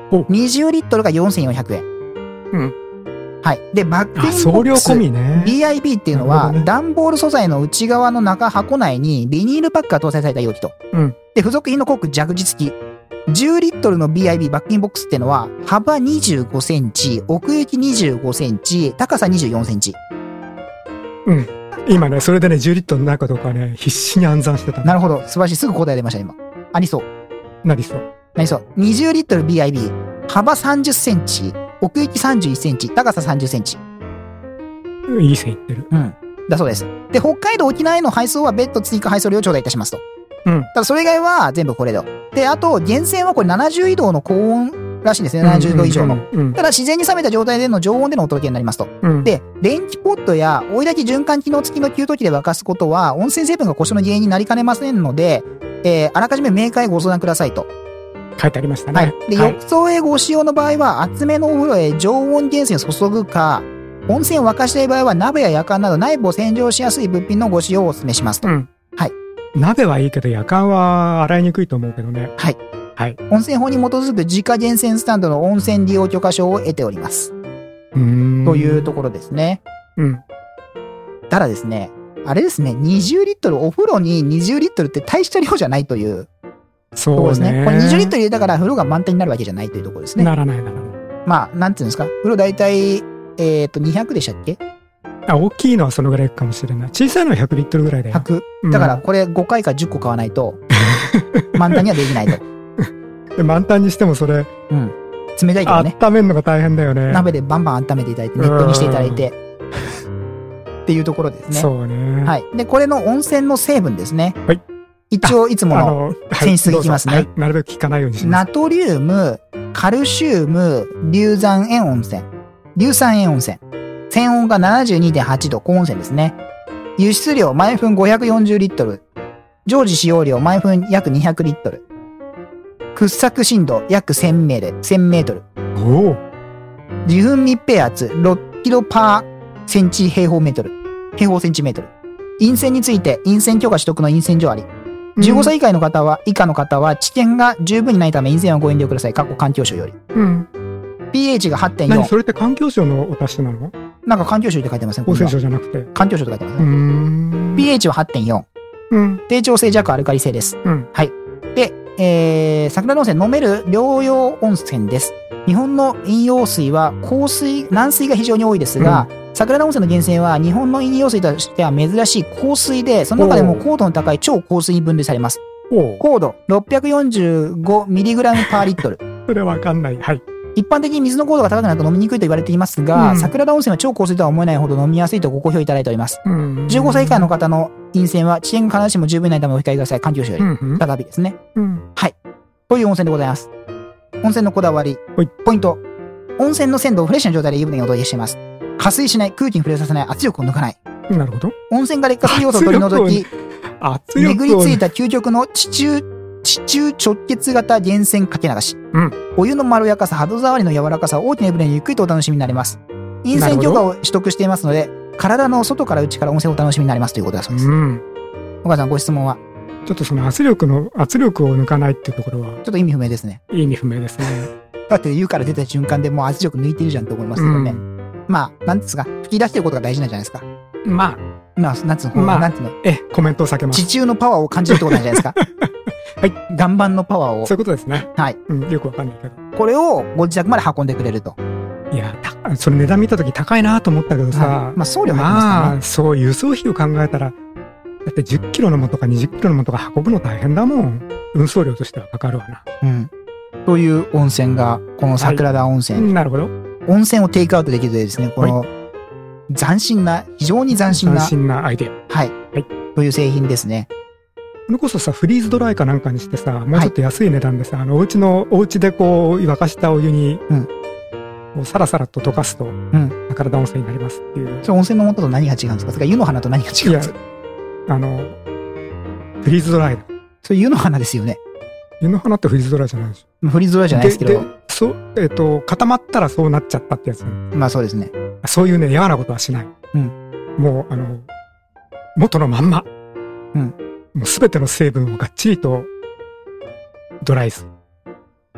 にじゅうリットルがよんせんよんひゃくえん。 うん。 はい。で、バッティングボックス。 送料込みね。 ビーアイビー っていうのは、ね、段ボール素材の内側の中箱内にビニールパックが搭載された容器と。 うん。 で、付属品のコック弱実付き。じゅうリットルの ビーアイビー バッティングボックスっていうのは、幅にじゅうごセンチ、奥行きにじゅうごセンチ、高さにじゅうよんセンチ。 うん。今ね、それでね、じゅうリットルのないかどうかね、必死に暗算してた。 なるほど。素晴らしい。すぐ答え出ました、今。ありそう。 なりそう。 なりそう。にじゅうリットル ビーアイビー。幅さんじゅっセンチ、奥行きさんじゅういっセンチ、高ささんじゅっセンチ。 いい線いってる。 うん。だそうです。で、北海道、沖縄への配送は別途追加配送料を頂戴いたしますと。 うん。 ただそれ以外は全部これで。で、あと、源泉はこれななじゅういどの高温らしいんですね。ななじゅうど以上の。 うんうんうん、 ただ自然に冷めた状態での常温でのお届けになりますと。うん、で、電気ポットや追い炊き循環機能付きの給湯器で沸かすことは、温泉成分が故障の原因になりかねませんので、えー、あらかじめ明快ご相談くださいと。 書いてありましたね。 はい。で、浴槽へご使用の場合は、厚めのお風呂へ常温源泉を注ぐか、温泉を沸かしたい場合は、鍋ややかんなど内部を洗浄しやすい物品のご使用をお勧めしますと。うん。はい。 鍋はいいけど、やかんは洗いにくいと思うけどね。 はい。 はい。 温泉法に基づく自家源泉スタンドの温泉利用許可証を得ております。 うーん。 というところですね。 うん。 ただですね、あれですね、にじゅうリットル、お風呂ににじゅうリットルって大した量じゃないという。 そうですね。 これにじゅうリットル入れたから風呂が満タンになるわけじゃないというところですね。 ならないならない。 まあ、なんていうんですか。風呂だいたい、えっと、にひゃくでしたっけ？ あ、大きいのはそのぐらいかもしれない。小さいのはひゃくリットルぐらいだよ。 ひゃく。だからこれごかいかじゅっこ買わないと、満タンにはできないと。 で、満タンにしてもそれ、 うん。冷たいけどね。 温めるのが大変だよね。 鍋でバンバン温めていただいて、熱湯にしていただいて。っていうところですね。 そうね。 はい。で、これの温泉の成分ですね。 はい。 一応いつもの泉質いきますね、 はいはい。なるべく効かないようにします。 ナトリウム、カルシウム、硫酸塩温泉。硫酸塩温泉。泉温が ななじゅうにてんはちど、高温泉ですね。輸出量、毎分ごひゃくよんじゅうリットル。常時使用量、毎分約にひゃくリットル。掘削深度、約せんメートル。 おお。 自噴密閉圧、ろっキロパーセンチ平方メートル。平方センチメートル。陰泉について、陰泉許可取得の陰泉所あり。じゅうごさい以下の方は、以下の方は、知見が十分にないため、陰泉はご遠慮ください。過去環境省より。 うん。 pH が はってんよん。 何それって環境省のお達しなの？ なんか環境省って書いてません？ 厚生省じゃなくて。 環境省って書いてますね。 うーん。 pH は はってんよん。 うん。 低調性弱アルカリ性です。 うん。 はい。で、えー、桜の温泉飲める療養温泉です。日本の飲用水は硬水、軟水が非常に多いですが、うん、桜の温泉の源泉は日本の飲用水としては珍しい硬水で、その中でも高度の高い超硬水に分類されます。高度 ろっぴゃくよんじゅうごミリグラムパーリットル。 それわかんない。はい。 一般的に水の高度が高くなると飲みにくいと言われていますが、うん、桜田温泉は超硬水とは思えないほど飲みやすいとご好評いただいております。うん、じゅうごさい以下の方の陰泉は知見が必ずしも十分ないためお控えください。環境省より。うん、再びですね、うん。はい。という温泉でございます。温泉のこだわり。ポイント。温泉の鮮度をフレッシュな状態で湯船にお届けしています。加水しない、空気に触れさせない、圧力を抜かない。 なるほど。 温泉が劣化する要素を取り除き、巡りついた究極の地中、地中直結型源泉かけ流し。うん。お湯のまろやかさ、肌触りの柔らかさ、大きな湯船にゆっくりとお楽しみになります。陰泉許可を取得していますので、体の外から内から温泉をお楽しみになりますということだそうです。うん。お母さん、ご質問は？ ちょっとその圧力の、圧力を抜かないっていうところは。 ちょっと意味不明ですね。 意味不明ですね。 だって湯から出た瞬間でもう圧力抜いてるじゃんと思いますけどね。うん、まあ、なんですか、吹き出してることが大事なんじゃないですか。 まあ。 まあ、なんつうの、まあ、なんつうの。 え、コメントを避けます。 地中のパワーを感じるってことなんじゃないですか。はい。岩盤のパワーを。 そういうことですね。 はい。 うん、よくわかんないけど。 これをご自宅まで運んでくれると。 いや、た、それ値段見たとき高いなと思ったけどさ。 はい、まあ、送料入りますからね。まあ、 そう、輸送費を考えたら、だってじゅっキロのものとかにじゅっキロのものとか運ぶの大変だもん。運送料としてはかかるわな。 うん。という温泉が、この桜田温泉。 はい、なるほど。 温泉をテイクアウトできるというですね、この、斬新な、非常に斬新な。 斬新なアイデア。 はい。はい。という製品ですね。 それこそさ、フリーズドライかなんかにしてさ、もうちょっと安い値段でさ、はい、あの、お家の、お家でこう、沸かしたお湯に、うん、こうサラサラと溶かすと、うん、桜田温泉になりますっていう。 それ温泉の素と何が違うんですか？それから湯の花と何が違うんですか？いや、あの、フリーズドライだ。 それ湯の花ですよね。 湯の花ってフリーズドライじゃないでしょ。 フリーズドライじゃないですけど。 そう、えっと、固まったらそうなっちゃったってやつ。 まあそうですね。 そういうね、嫌なことはしない。うん。もう、あの、元のまんま。うん。もうすべての成分をがっちりとドライズ。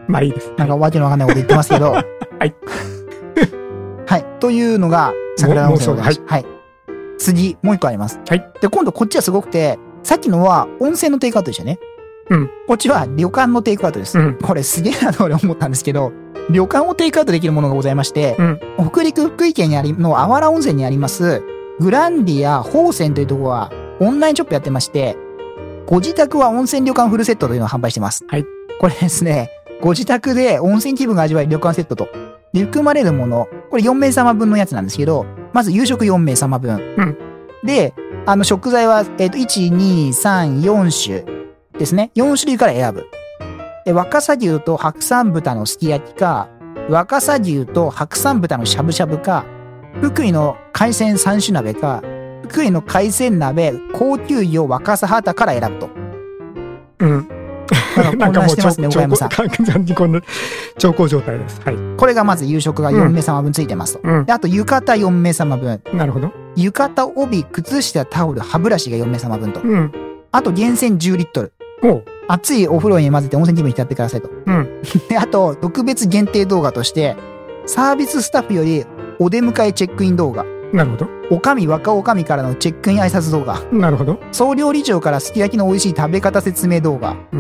まあいいです。 なんかわけのわかんないこと言ってますけど。はい。はい。というのが、桜田温泉でございます。はい。はい。次、もう一個あります。 はい。 で、今度こっちはすごくて、さっきのは温泉のテイクアウトでしたね。 うん。 こっちは旅館のテイクアウトです。うん。これすげえなと俺思ったんですけど、旅館をテイクアウトできるものがございまして、うん、北陸福井県にあり、のあわら温泉にあります、グランディア宝泉というところは、オンラインショップやってまして、ご自宅は温泉旅館フルセットというのを販売してます。 はい。 これですね、ご自宅で温泉気分が味わえる旅館セットと、で含まれるもの、これよんめいさまぶんのやつなんですけど、まず夕食よんめいさまぶん。うん。で、あの食材は、えっと、いち、に、さん、よんしゅですね。よんしゅるいから選ぶ。で、若狭牛と白山豚のすき焼きか、若狭牛と白山豚のしゃぶしゃぶか、福井の海鮮三種鍋か、福井の海鮮鍋高級魚若狭畑から選ぶと。 うん。 なんかもうしてますね、岡山さん。 完全にこんな長考状態です。はい。 これがまず夕食がよんめいさまぶんついてますと。うん、であと浴衣よんめいさまぶん。 なるほど。 浴衣、帯、靴下、タオル、歯ブラシがよんめいさまぶんと。うん。あと源泉じゅうリットル。お熱いお風呂に混ぜて温泉気分に浸ってくださいと。うん。で、あと、特別限定動画として、サービススタッフよりお出迎えチェックイン動画。 なるほど。 おかみ、若おかみからのチェックイン挨拶動画。 なるほど。 総料理長からすき焼きの美味しい食べ方説明動画。うん。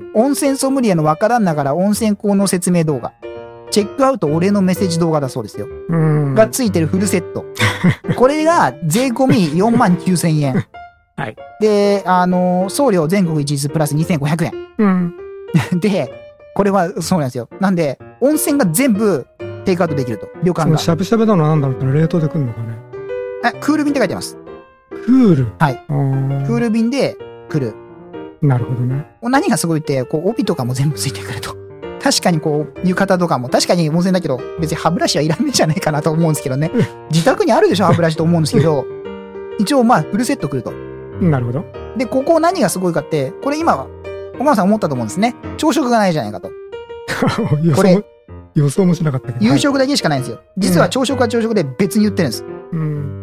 温泉ソムリエの若旦那から温泉効能説明動画。チェックアウトお礼のメッセージ動画だそうですよ。うん。がついてるフルセット。これが税込みよんまんきゅうせんえん。はい。で、あのー、送料全国一律プラスにせんごひゃくえん。うん。で、これはそうなんですよ。なんで、温泉が全部テイクアウトできると。旅館が。 しゃぶしゃぶだのなんだろうって冷凍で来るのかね。 え、クール便って書いてます。 クールはい。クール便で来る。 なるほどね。 何がすごいって、こう、帯とかも全部ついてくると。確かにこう、浴衣とかも、確かに温泉だけど、別に歯ブラシはいらんねえじゃないかなと思うんですけどね。自宅にあるでしょ、歯ブラシと思うんですけど、一応まあ、フルセット来ると。 なるほど。 で、ここ何がすごいかって、これ今は、岡村さん思ったと思うんですね。朝食がないじゃないかと。 これ、予想もしなかったけど。 夕食だけしかないんですよ。実は朝食は朝食で別に売ってるんです。うん。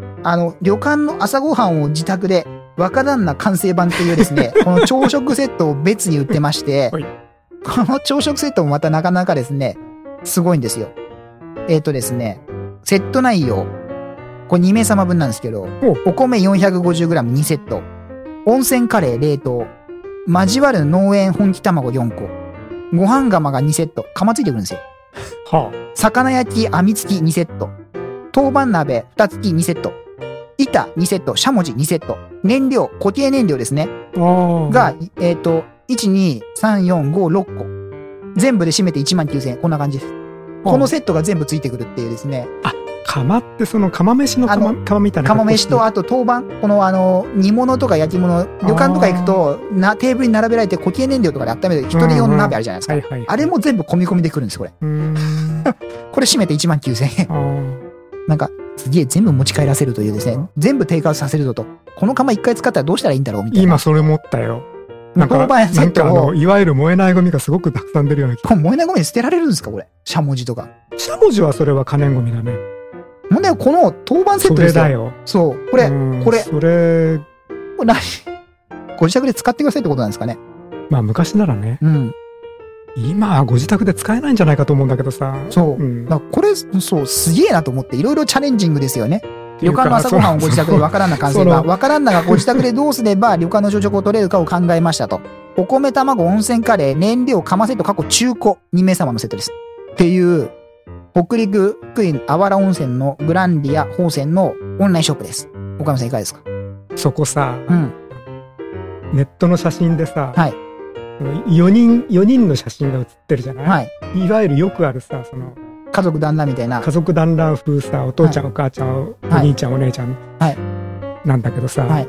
あの、旅館の朝ごはんを自宅で、若旦那完成版っていうですね、この朝食セットを別に売ってまして、この朝食セットもまたなかなかですね、すごいんですよ。えっとですね、セット内容、これにめいさまぶんなんですけど、お, お米 よんひゃくごじゅうグラムに セット、温泉カレー冷凍、交わる農園本気卵よんこ、ご飯釜がにセット、釜ついてくるんですよ。はあ、魚焼き網付きにセット、当番鍋ふた付きにセット、板にセット、しゃもじにセット、燃料、固形燃料ですね。が、えっと、いち、に、さん、よん、ご、ろっこ。全部で締めていちまんきゅうせんえん。こんな感じです。このセットが全部ついてくるっていうですね。 あ、釜ってその釜飯の釜、釜みたいな。 釜飯と、あと当番。このあの、煮物とか焼き物、旅館とか行くと、な、テーブルに並べられて固形燃料とかで温めて、一人用の鍋あるじゃないですか。はいはい、あれも全部込み込みでくるんです、これ。これ締めていちまんきゅうせんえん。なんか、すげえ全部持ち帰らせるというですね、全部テイクアウトさせるぞと。この釜一回使ったらどうしたらいいんだろうみたいな。 今それ思ったよ。なんか、なんかあの、いわゆる燃えないゴミがすごくたくさん出るような気が。 これ燃えないゴミ捨てられるんですかこれ。しゃもじとか。 しゃもじはそれは可燃ゴミだね。 問題はこの当番セットですよ。 それだよ。 そう。これ、これ。 それ。 これ何ご自宅で使ってくださいってことなんですかね。 まあ昔ならね。うん。今はご自宅で使えないんじゃないかと思うんだけどさ。 そう。うん、だからこれ、そう、すげえなと思って、いろいろチャレンジングですよね。旅館の朝ごはんをご自宅でわからんな完成版。わからんながご自宅でどうすれば旅館の朝食を取れるかを考えましたと。お米、卵、温泉カレー、燃料、釜セット、過去中古、にめいさまのセットです。っていう、北陸、福井、あわら温泉のグランディア、宝泉のオンラインショップです。岡山さんいかがですか？ そこさ、うん、ネットの写真でさ、はい。よにん、よにんの写真が写ってるじゃない？はい。いわゆるよくあるさ、その、 家族団らんみたいな。 家族団らん風さ、お父ちゃん、はい、お母ちゃん、お兄ちゃん、はい、お姉ちゃん。はい。なんだけどさ、はい。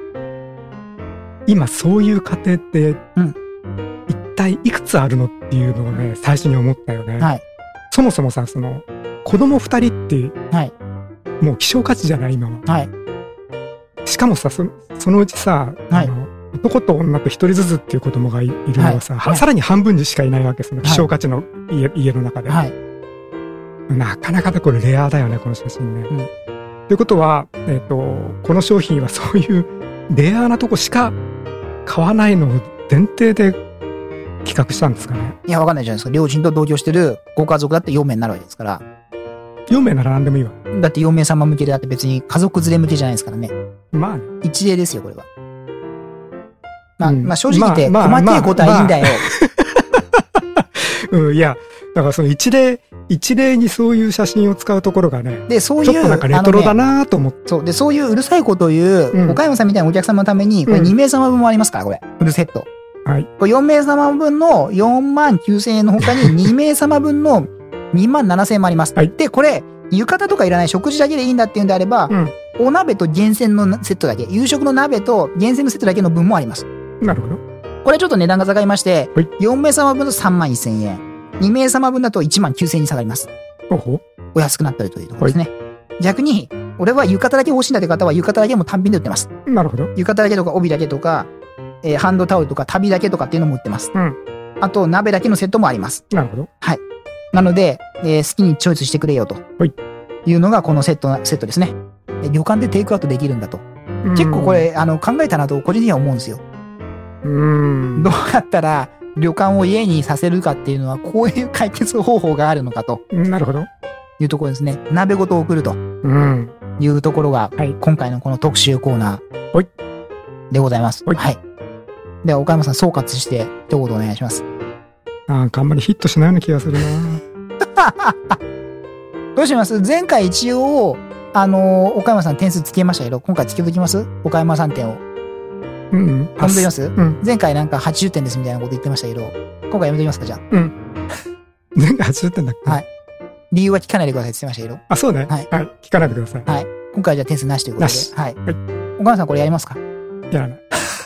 今そういう家庭って、うん。一体いくつあるのっていうのをね、最初に思ったよね。はい。そもそもさ、その、子供二人って、はい。もう希少価値じゃない今は。はい。しかもさ、その、そのうちさ、はい。あの男と女と一人ずつっていう子供がいるのはさ、はい、さらに半分にしかいないわけ、その希少価値の家、はい、家の中で。はい。なかなかこれレアだよね、この写真ね。うん、ということは、えっと、この商品はそういうレアなとこしか買わないのを前提で企画したんですかね。 いや、わかんないじゃないですか。両親と同居してるご家族だってよんめいになるわけですから。 よんめいなら何でもいいわ。 だってよんめい様向けで、だって別に家族連れ向けじゃないですからね。 まあね。 一例ですよ、これは。まあ、うん、まあ正直言って、 まあ、 細けいことはいいんだよ。まあまあ、うん、いや、だからその一例、一例にそういう写真を使うところがね、で、そういう、ちょっとなんかレトロだなと思って、ね。 そう。で、そういううるさいことを言う、うん、岡山さんみたいなお客様のために、これにめい様分もありますから、これ。フルセット。はい。これよんめい様分のよんまんきゅうせんえんの他ににめい様分のにまんななせんえんもあります。はい。で、これ、浴衣とかいらない食事だけでいいんだっていうんであれば、うん、お鍋と厳選のセットだけ、夕食の鍋と厳選のセットだけの分もあります。 なるほど。 これちょっと値段が下がりまして、はい、よんめい様分だとさんまんせんえん、にめい様分だといちまんきゅうせんえんに下がります。おほお安くなったりというところですね。はい、逆に、俺は浴衣だけ欲しいんだって方は浴衣だけも単品で売ってます。 なるほど。 浴衣だけとか帯だけとか、えー、ハンドタオルとか旅だけとかっていうのも売ってます。うん。あと、鍋だけのセットもあります。 なるほど。 はい。なので、えー、好きにチョイスしてくれよと。はい。いうのがこのセット、セットですね。旅館でテイクアウトできるんだと。結構これ、あの、考えたなと個人的には思うんですよ。うーん。どうやったら旅館を家にさせるかっていうのは、こういう解決方法があるのかと。 なるほど。 いうところですね。鍋ごと送ると。うん。いうところが、はい、今回のこの特集コーナー。はい。でございます。はい。はい。では、岡山さん総括して、一言お願いします。 なんかあんまりヒットしないような気がするなどうします？前回一応、あのー、岡山さん点数つけましたけど、今回つけときます？岡山さんてんを。うん、うん。やめときます？うん。前回なんかはちじゅってんですみたいなこと言ってましたけど、今回やめときますか、じゃあ。うん。 前回はちじゅってんだっけ？ はい。理由は聞かないでくださいって言ってましたけど。 あ、そうね。はい。はい。聞かないでください。 はい。今回はじゃあ点数なしということで。はい。はい。岡山さんこれやりますか？ やらない。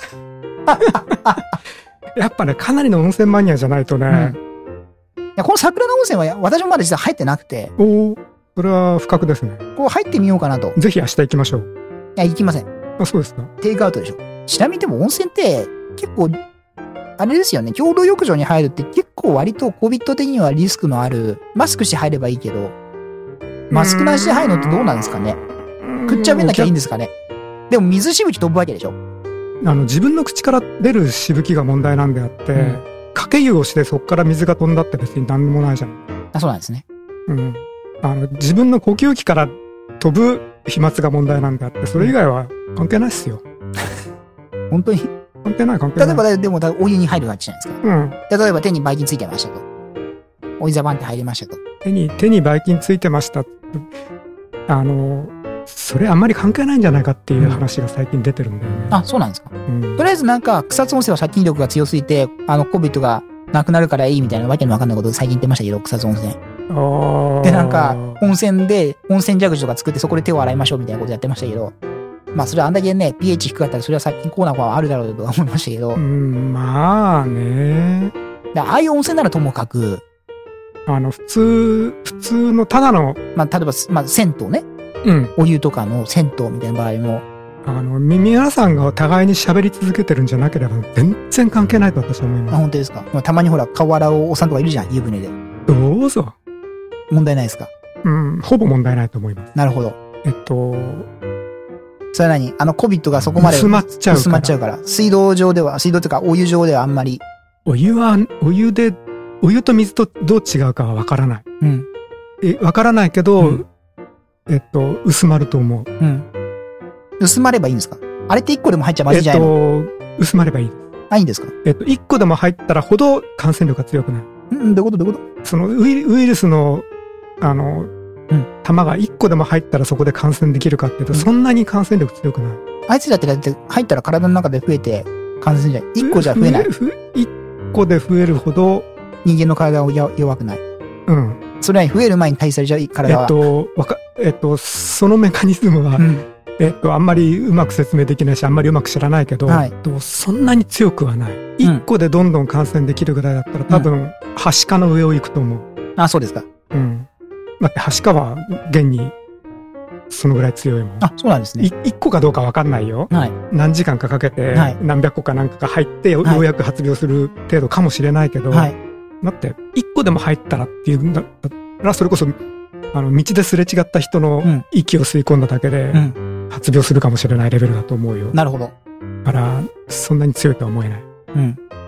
やっぱね、かなりの温泉マニアじゃないとね。うん、 いや、この桜の温泉は私もまだ実は入ってなくて。 おお、それは不覚ですね。 こう入ってみようかなと。 ぜひ明日行きましょう。 いや、行きません。 あ、そうですか。 テイクアウトでしょ。ちなみにでも温泉って結構、あれですよね。共同浴場に入るって結構割とコビット的にはリスクのある。マスクして入ればいいけど、マスクなしで入るのってどうなんですかね。くっちゃべんなきゃいいんですかね。でも水しぶき飛ぶわけでしょ。 あの、自分の口から出るしぶきが問題なんであって、うん、かけ湯をしてそこから水が飛んだって別に何もないじゃん。 あ、そうなんですね。 うん。あの、自分の呼吸器から飛ぶ飛沫が問題なんであって、それ以外は関係ないっすよ。 本当に関係ない関係ない。 例えば、でも、お湯に入るわけじゃないですか。うん。例えば手にばい菌ついてましたと。お湯ザバンって入りましたと。 手に、手にばい菌ついてました。あの、それあんまり関係ないんじゃないかっていう話が最近出てるんだよね。 うん、あ、そうなんですか。うん、とりあえずなんか、草津温泉は殺菌力が強すぎて、あの、コビットがなくなるからいいみたいなわけのわかんないことで最近言ってましたけど、草津温泉。で、なんか、温泉で、温泉蛇口とか作ってそこで手を洗いましょうみたいなことやってましたけど、まあ、それはあんだけね、pH 低かったらそれは殺菌効果はあるだろうと思いましたけど。 うん、まあね。 ああいう温泉ならともかく、 あの、普通、普通のただの、 まあ、例えば、まあ、銭湯ね。うん。お湯とかの銭湯みたいな場合も。 あの、皆さんがお互いに喋り続けてるんじゃなければ全然関係ないと私は思います。 あ、本当ですか。たまにほら、顔洗うおっさんとかいるじゃん、湯船で。 どうぞ。 問題ないですか？ うん、ほぼ問題ないと思います。 なるほど。 えっと、 それは何？あの、コビットがそこまで薄まっちゃうから。 薄まっちゃうから。水道上では、水道というかお湯上ではあんまり。 お湯は、お湯で、お湯と水とどう違うかはわからない。うん。え、わからないけど、うん、えっと、薄まると思う。うん。 薄まればいいんですか？あれって一個でも入っちゃまずいじゃないの？ えっと、薄まればいい。 あ、いいんですか？ えっと、一個でも入ったらほど感染力が強くなる。 うん、どういうことどういうこと？ そのウイ、ウイルスの、あの、うん、玉が一個でも入ったらそこで感染できるかっていうと、うん、そんなに感染力強くない。 あいつらってだって入ったら体の中で増えて感染じゃない。一個じゃ増えない。 一個で増えるほど人間の体は弱くない。うん。それは増える前に対されちゃう体は。 えっと、わか、えっと、そのメカニズムは、うん、えっと、あんまりうまく説明できないし、あんまりうまく知らないけど、はい、とそんなに強くはない。一、うん、個でどんどん感染できるぐらいだったら、多分、はしかの上を行くと思う。 あ、そうですか。 うん。だって、はしかは、現に、そのぐらい強いもん。 あ、そうなんですね。 一個かどうかわかんないよ。はい。何時間かかけて、はい、何百個かなんかが入って、ようやく発病する程度かもしれないけど、はい。だって、一個でも入ったらっていうんだったら、それこそ、あの、道ですれ違った人の息を吸い込んだだけで、発病するかもしれないレベルだと思うよ。 なるほど。 だから、そんなに強いとは思えない。 うん。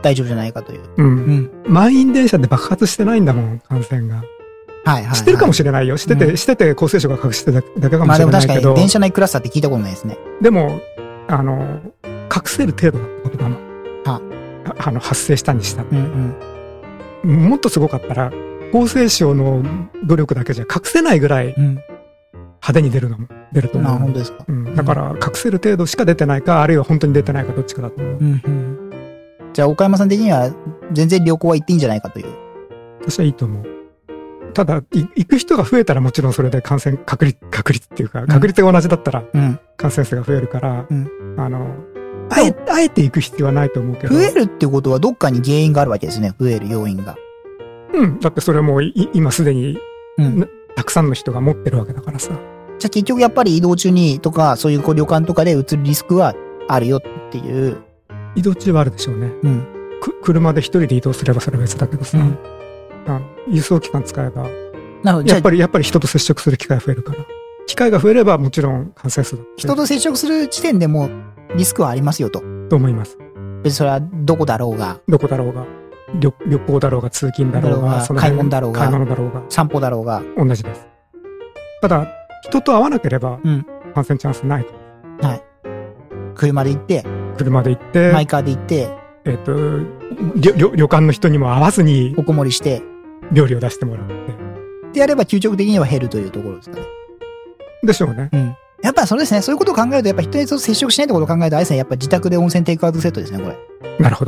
大丈夫じゃないかという。 うん。うん、満員電車で爆発してないんだもん、感染が。 はいはい、はい。 してるかもしれないよ。してて、うん、してて厚生省が隠してただけかもしれないけど。まあでも確かに電車内クラスターって聞いたことないですね。 でも、あの、隠せる程度だったことだもん。はあの、発生したにしたって。うんうん、もっとすごかったら、厚生省の努力だけじゃ隠せないぐらい、派手に出るのも、出ると思う。 あ、本当ですか。 うん。だから、隠せる程度しか出てないか、あるいは本当に出てないか、どっちかだと思う。うんうん、 じゃあ、岡山さん的には、全然旅行は行っていいんじゃないかという。 私はいいと思う。ただ、行く人が増えたらもちろんそれで感染確率、確率っていうか、確率が同じだったら、感染数が増えるから、うん、あの、あえ、あえて行く必要はないと思うけど。 増えるってことはどっかに原因があるわけですね。増える要因が。 うん。だってそれはもう今すでに、うん、たくさんの人が持ってるわけだからさ。 じゃあ結局やっぱり移動中にとか、そういうこう旅館とかで移るリスクはあるよっていう。 移動中はあるでしょうね。うん。く、車で一人で移動すればそれは別だけどさ。うん、あの輸送機関使えば。なるほど。やっぱり、やっぱり人と接触する機会が増えるから。機会が増えればもちろん感染数だ。 人と接触する時点でもリスクはありますよと。 と思います。 別にそれはどこだろうが。 どこだろうが。旅、旅行だろうが、通勤だろうが、 その買い物だろうが、 買い物だろうが、 散歩だろうが。 同じです。ただ、人と会わなければ、感染チャンスない。うん、はい。 車で行って。 車で行って。 マイカーで行って。 えっと、旅、旅、旅館の人にも会わずに。 おこもりして。 料理を出してもらって。 でやれば究極的には減るというところですかね。 でしょうね。うん。 やっぱそうですね。そういうことを考えると、やっぱ人に接触しないってことを考えると、あれですね。やっぱ自宅で温泉テイクアウトセットですね、これ。 なるほど。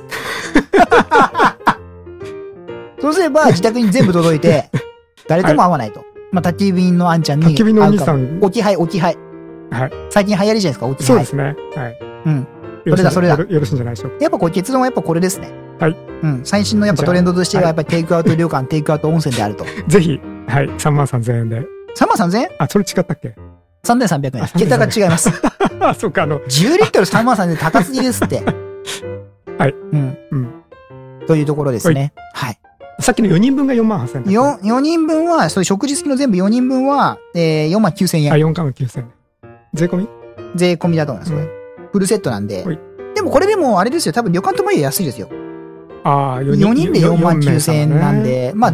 そうすれば自宅に全部届いて、誰とも会わないと。はい、まあ、焚き火のあんちゃんに。 焚き火のお兄さん。 置き配、置き配。はい。最近流行りじゃないですか、置き配。 そうですね。はい。 うん。それだ、それだ。 よろしいんじゃないでしょうか。 やっぱこう結論はやっぱこれですね。 はい。 うん。最新のやっぱトレンドとしてはやっぱりテイクアウト旅館、テイクアウト温泉であると。 ぜひ、はい。さんまんさんぜんえんで。 さんまんさんぜんえん？ あ、それ違ったっけ？ さんぜんさんびゃくえん。桁が違います。 あ、そうか、あの。 じゅうリットルさんまんさんぜんえん高すぎですって。 はい。 うん。うん。というところですね。はい。 さっきのよにんぶんがよんまんはっせんえん。 よ、よにんぶんは、そういう食事付きの全部よにんぶんは、えー、よんまんきゅうせんえん。 あ、よんまんきゅうせんえん。税込み？ 税込みだと思います、これ。フルセットなんで。でもこれでもあれですよ、多分旅館ともいえ安いですよ。 ああ、 よにん。よにんでよんまんきゅうせんえんなんで、まあ、うん、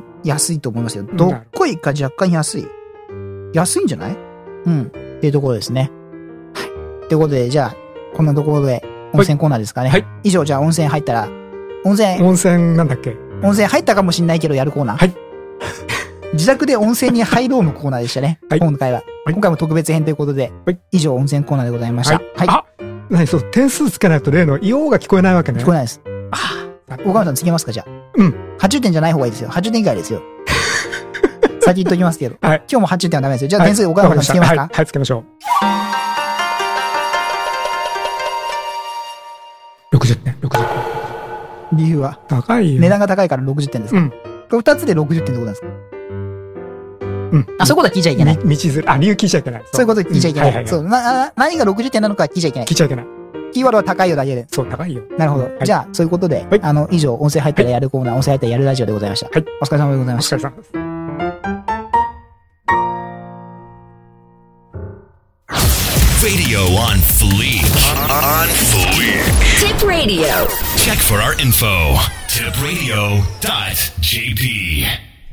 安いと思いますよ。どっこいか若干安い。安いんじゃない？うん。っていうところですね。はい。ということで、じゃあ、こんなところで温泉コーナーですかね。はい。以上、じゃあ温泉入ったら、温泉。 温泉なんだっけ？ 温泉入ったかもしんないけどやるコーナー。はい。自宅で温泉に入ろうのコーナーでしたね。はい。今回は。はい、今回も特別編ということで、はい。以上温泉コーナーでございました。はい。はい、 あ、何そう、点数つけないと例のイオーが聞こえないわけね。 聞こえないです。ああ。岡村さんつけますか、じゃあ。うん。はちじゅってんじゃない方がいいですよ。はちじゅってん以外ですよ。先言っときますけど。はい。今日もはちじゅってんはダメですよ。じゃあ点数岡村さんつけますか？ はい、はい、つけましょう。ろくじゅってん、ろくじゅってん。 理由は高いよ。 値段が高いからろくじゅってんですか？うん。これふたつでろくじゅってんってことなんですか？うん。あ、そういうことは聞いちゃいけない。 道ずる。あ、理由聞いちゃいけない。 そういうこと聞いちゃいけない。そう。な、何がろくじゅってんなのか聞いちゃいけない。 聞いちゃいけない。 キーワードは高いよだけで。 そう、高いよ。 なるほど。じゃあ、そういうことで、あの、以上、温泉入ったらやるコーナー、温泉入ったらやるラジオでございました。はい。お疲れ様でございました。お疲れ様です。 Radio on fleek. On fleek. Tip Radio. Check for our info. tip radio dot j p.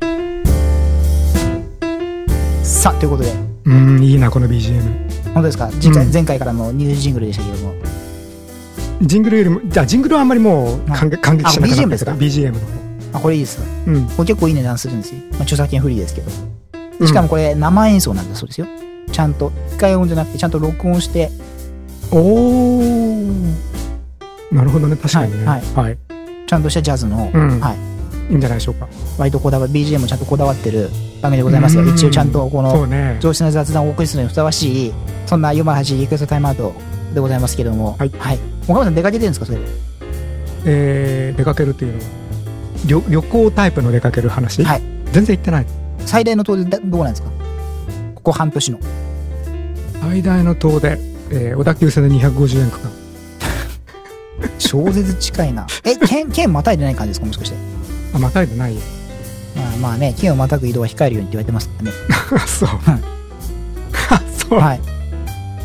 さあ、ということで。 うん、いいな、この ビージーエム。 本当ですか？次回、うん、前回からのニュージングルでしたけども。 ジングルよりも、じゃあジングルはあんまりもう感激、感激しなかった。ビージーエムですか？ ビージーエム の方。 あ、これいいですか？うん。これ結構いい値段するんですよ。まあ、著作権フリーですけど。しかもこれ生演奏なんだそうですよ。ちゃんと、機械音じゃなくて、ちゃんと録音して。 おー。なるほどね、確かにね。はい。はいはい、 ちゃんとしたジャズの、うん、はい。 いいんじゃないでしょうか。 割とこだわ、ビージーエム もちゃんとこだわってる番組でございますが、一応ちゃんとこの、上質な雑談をお送りするのにふさわしい、そんなよんまんはちリクエストタイムアウトでございますけれども、はい。はい。岡村さん出かけてるんですか、それで。 えー、出かけるっていうのは、旅、旅行タイプの出かける話？はい。全然行ってない。 最大の遠出どこなんですか？ここ半年の。 最大の遠出、えー、小田急線でにひゃくごじゅうえん区間。 超絶近いな。え、県、県またいでない感じですか、もしかして。 あ、またいでないよ。 まあまあね、県をまたぐ移動は控えるようにって言われてますからね。 そう。あ、そう。はい。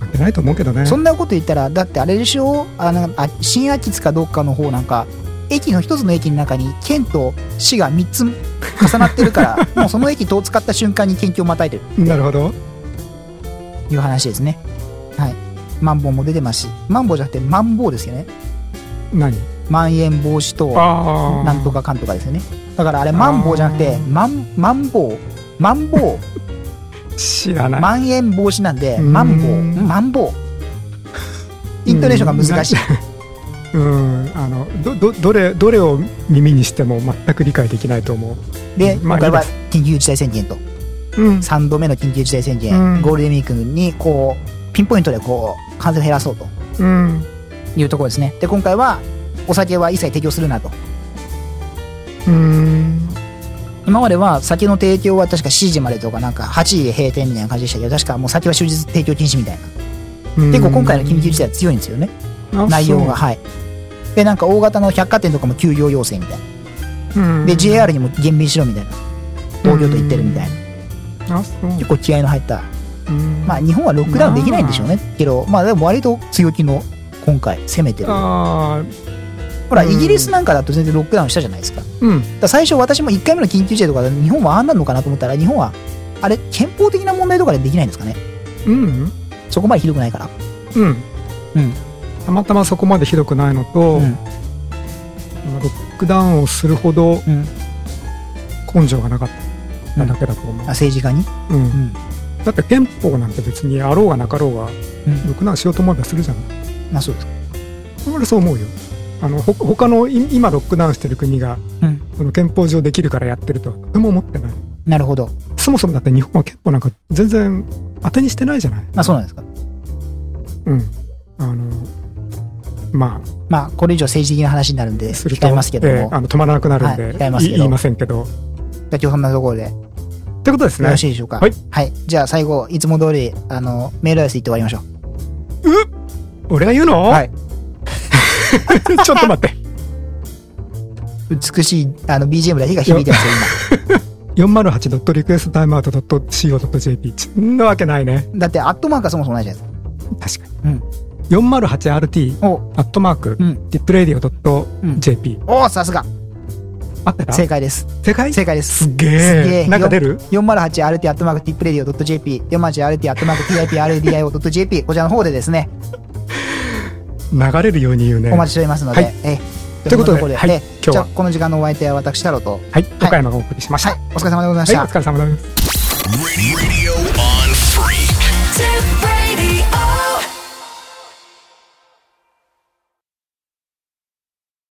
ってないと思うけどね。 そんなこと言ったらだってあれでしょ、あのあ新秋津かどっかの方なんか駅の一つの駅の中に県と市がみっつ重なってるからもうその駅と使った瞬間に県境をまたいでる。 なるほど。 いう話ですね。はい。マンボウも出てますし、マンボウじゃなくてマンボウですよね。 何？ まん延防止等なんとかかんとかですよね。だからあれマンボウじゃなくてマンマンボウマンボウ知らない。 まん延防止なんでマンボウマンボウイントネーションが難しい。 うん、あの ど, ど, ど, れどれを耳にしても全く理解できないと思う。 で、まあ、今回は緊急事態宣言と、うん、さんどめの緊急事態宣言、うん、ゴールデンウィークにこうピンポイントでこう感染を減らそうと、うん、いうところですね。で今回はお酒は一切提供するなと。うーん今までは酒の提供は確かしちじまでとかなんかはちじで閉店みたいな感じでしたけど、確かもう酒は終日提供禁止みたいな。結構今回の緊急事態は強いんですよね、内容が。はい。でなんか大型の百貨店とかも休業要請みたいな。で ジェイアール にも減便しろみたいな、東京と言ってるみたいな。あそう結構気合いの入った。まあ日本はロックダウンできないんでしょうねけど、まあでも割と強気の今回攻めてる。あほら、うん、イギリスなんかだと全然ロックダウンしたじゃないですか。うん、だ最初私もいっかいめの緊急事態とかで日本はああなんのかなと思ったら、日本はあれ憲法的な問題とかでできないんですかね。うん、そこまでひどくないから。うん、うん、 たまたまそこまでひどくないのと、うん、ロックダウンをするほど根性がなかっただけだと思う、うん、あ政治家に、うんうん、 だって憲法なんて別にあろうがなかろうが、うん、ロックダウンしようと思えばするじゃない。 まあそうですか。 俺そう思うよ。あのほ他の今ロックダウンしてる国が、うん、その憲法上できるからやってるとはとても思ってない。 なるほど。 そもそもだって日本は憲法なんか全然当てにしてないじゃない。 あそうなんですか。 うんあのまあまあこれ以上政治的な話になるんで控えますけども、えー、 あの止まらなくなるんで、はい、控えますけど言いませんけど。 じゃあ今日そんなところでってことですね。 よろしいでしょうか。はい、はい、じゃあ最後いつも通りあのメールアドレス言って終わりましょう。 うっ俺が言うの？はいちょっと待って美しいあの ビージーエム だけが響いてますよ今。よんまるはちドットリクエストタイムアウトドットシーオードットジェーピー そんなわけないね。 だってアットマークはそもそもないじゃないですか。 確かに、うん、よんまるはちアールティー アットマーク、うん、ディップレディオドットジェーピー、 うん、おおさすが合ってた。 正解です。 正解正解です。 すげえ。なんか出る ? よんまるはちアールティー アットマークディップレディオドットジェーピー よんまるはちアールティー アットマーク ティーアイピーアールエーディーアイオードットジェーピー こちらの方でですね流れるように言うね。 お待ちしておりますので、はい、えということで、はい、 今日はじゃあこの時間のお相手は私太郎と、 はい、岡山がお送りしました。 はい、お疲れ様でございました。 はい、お疲れ様です。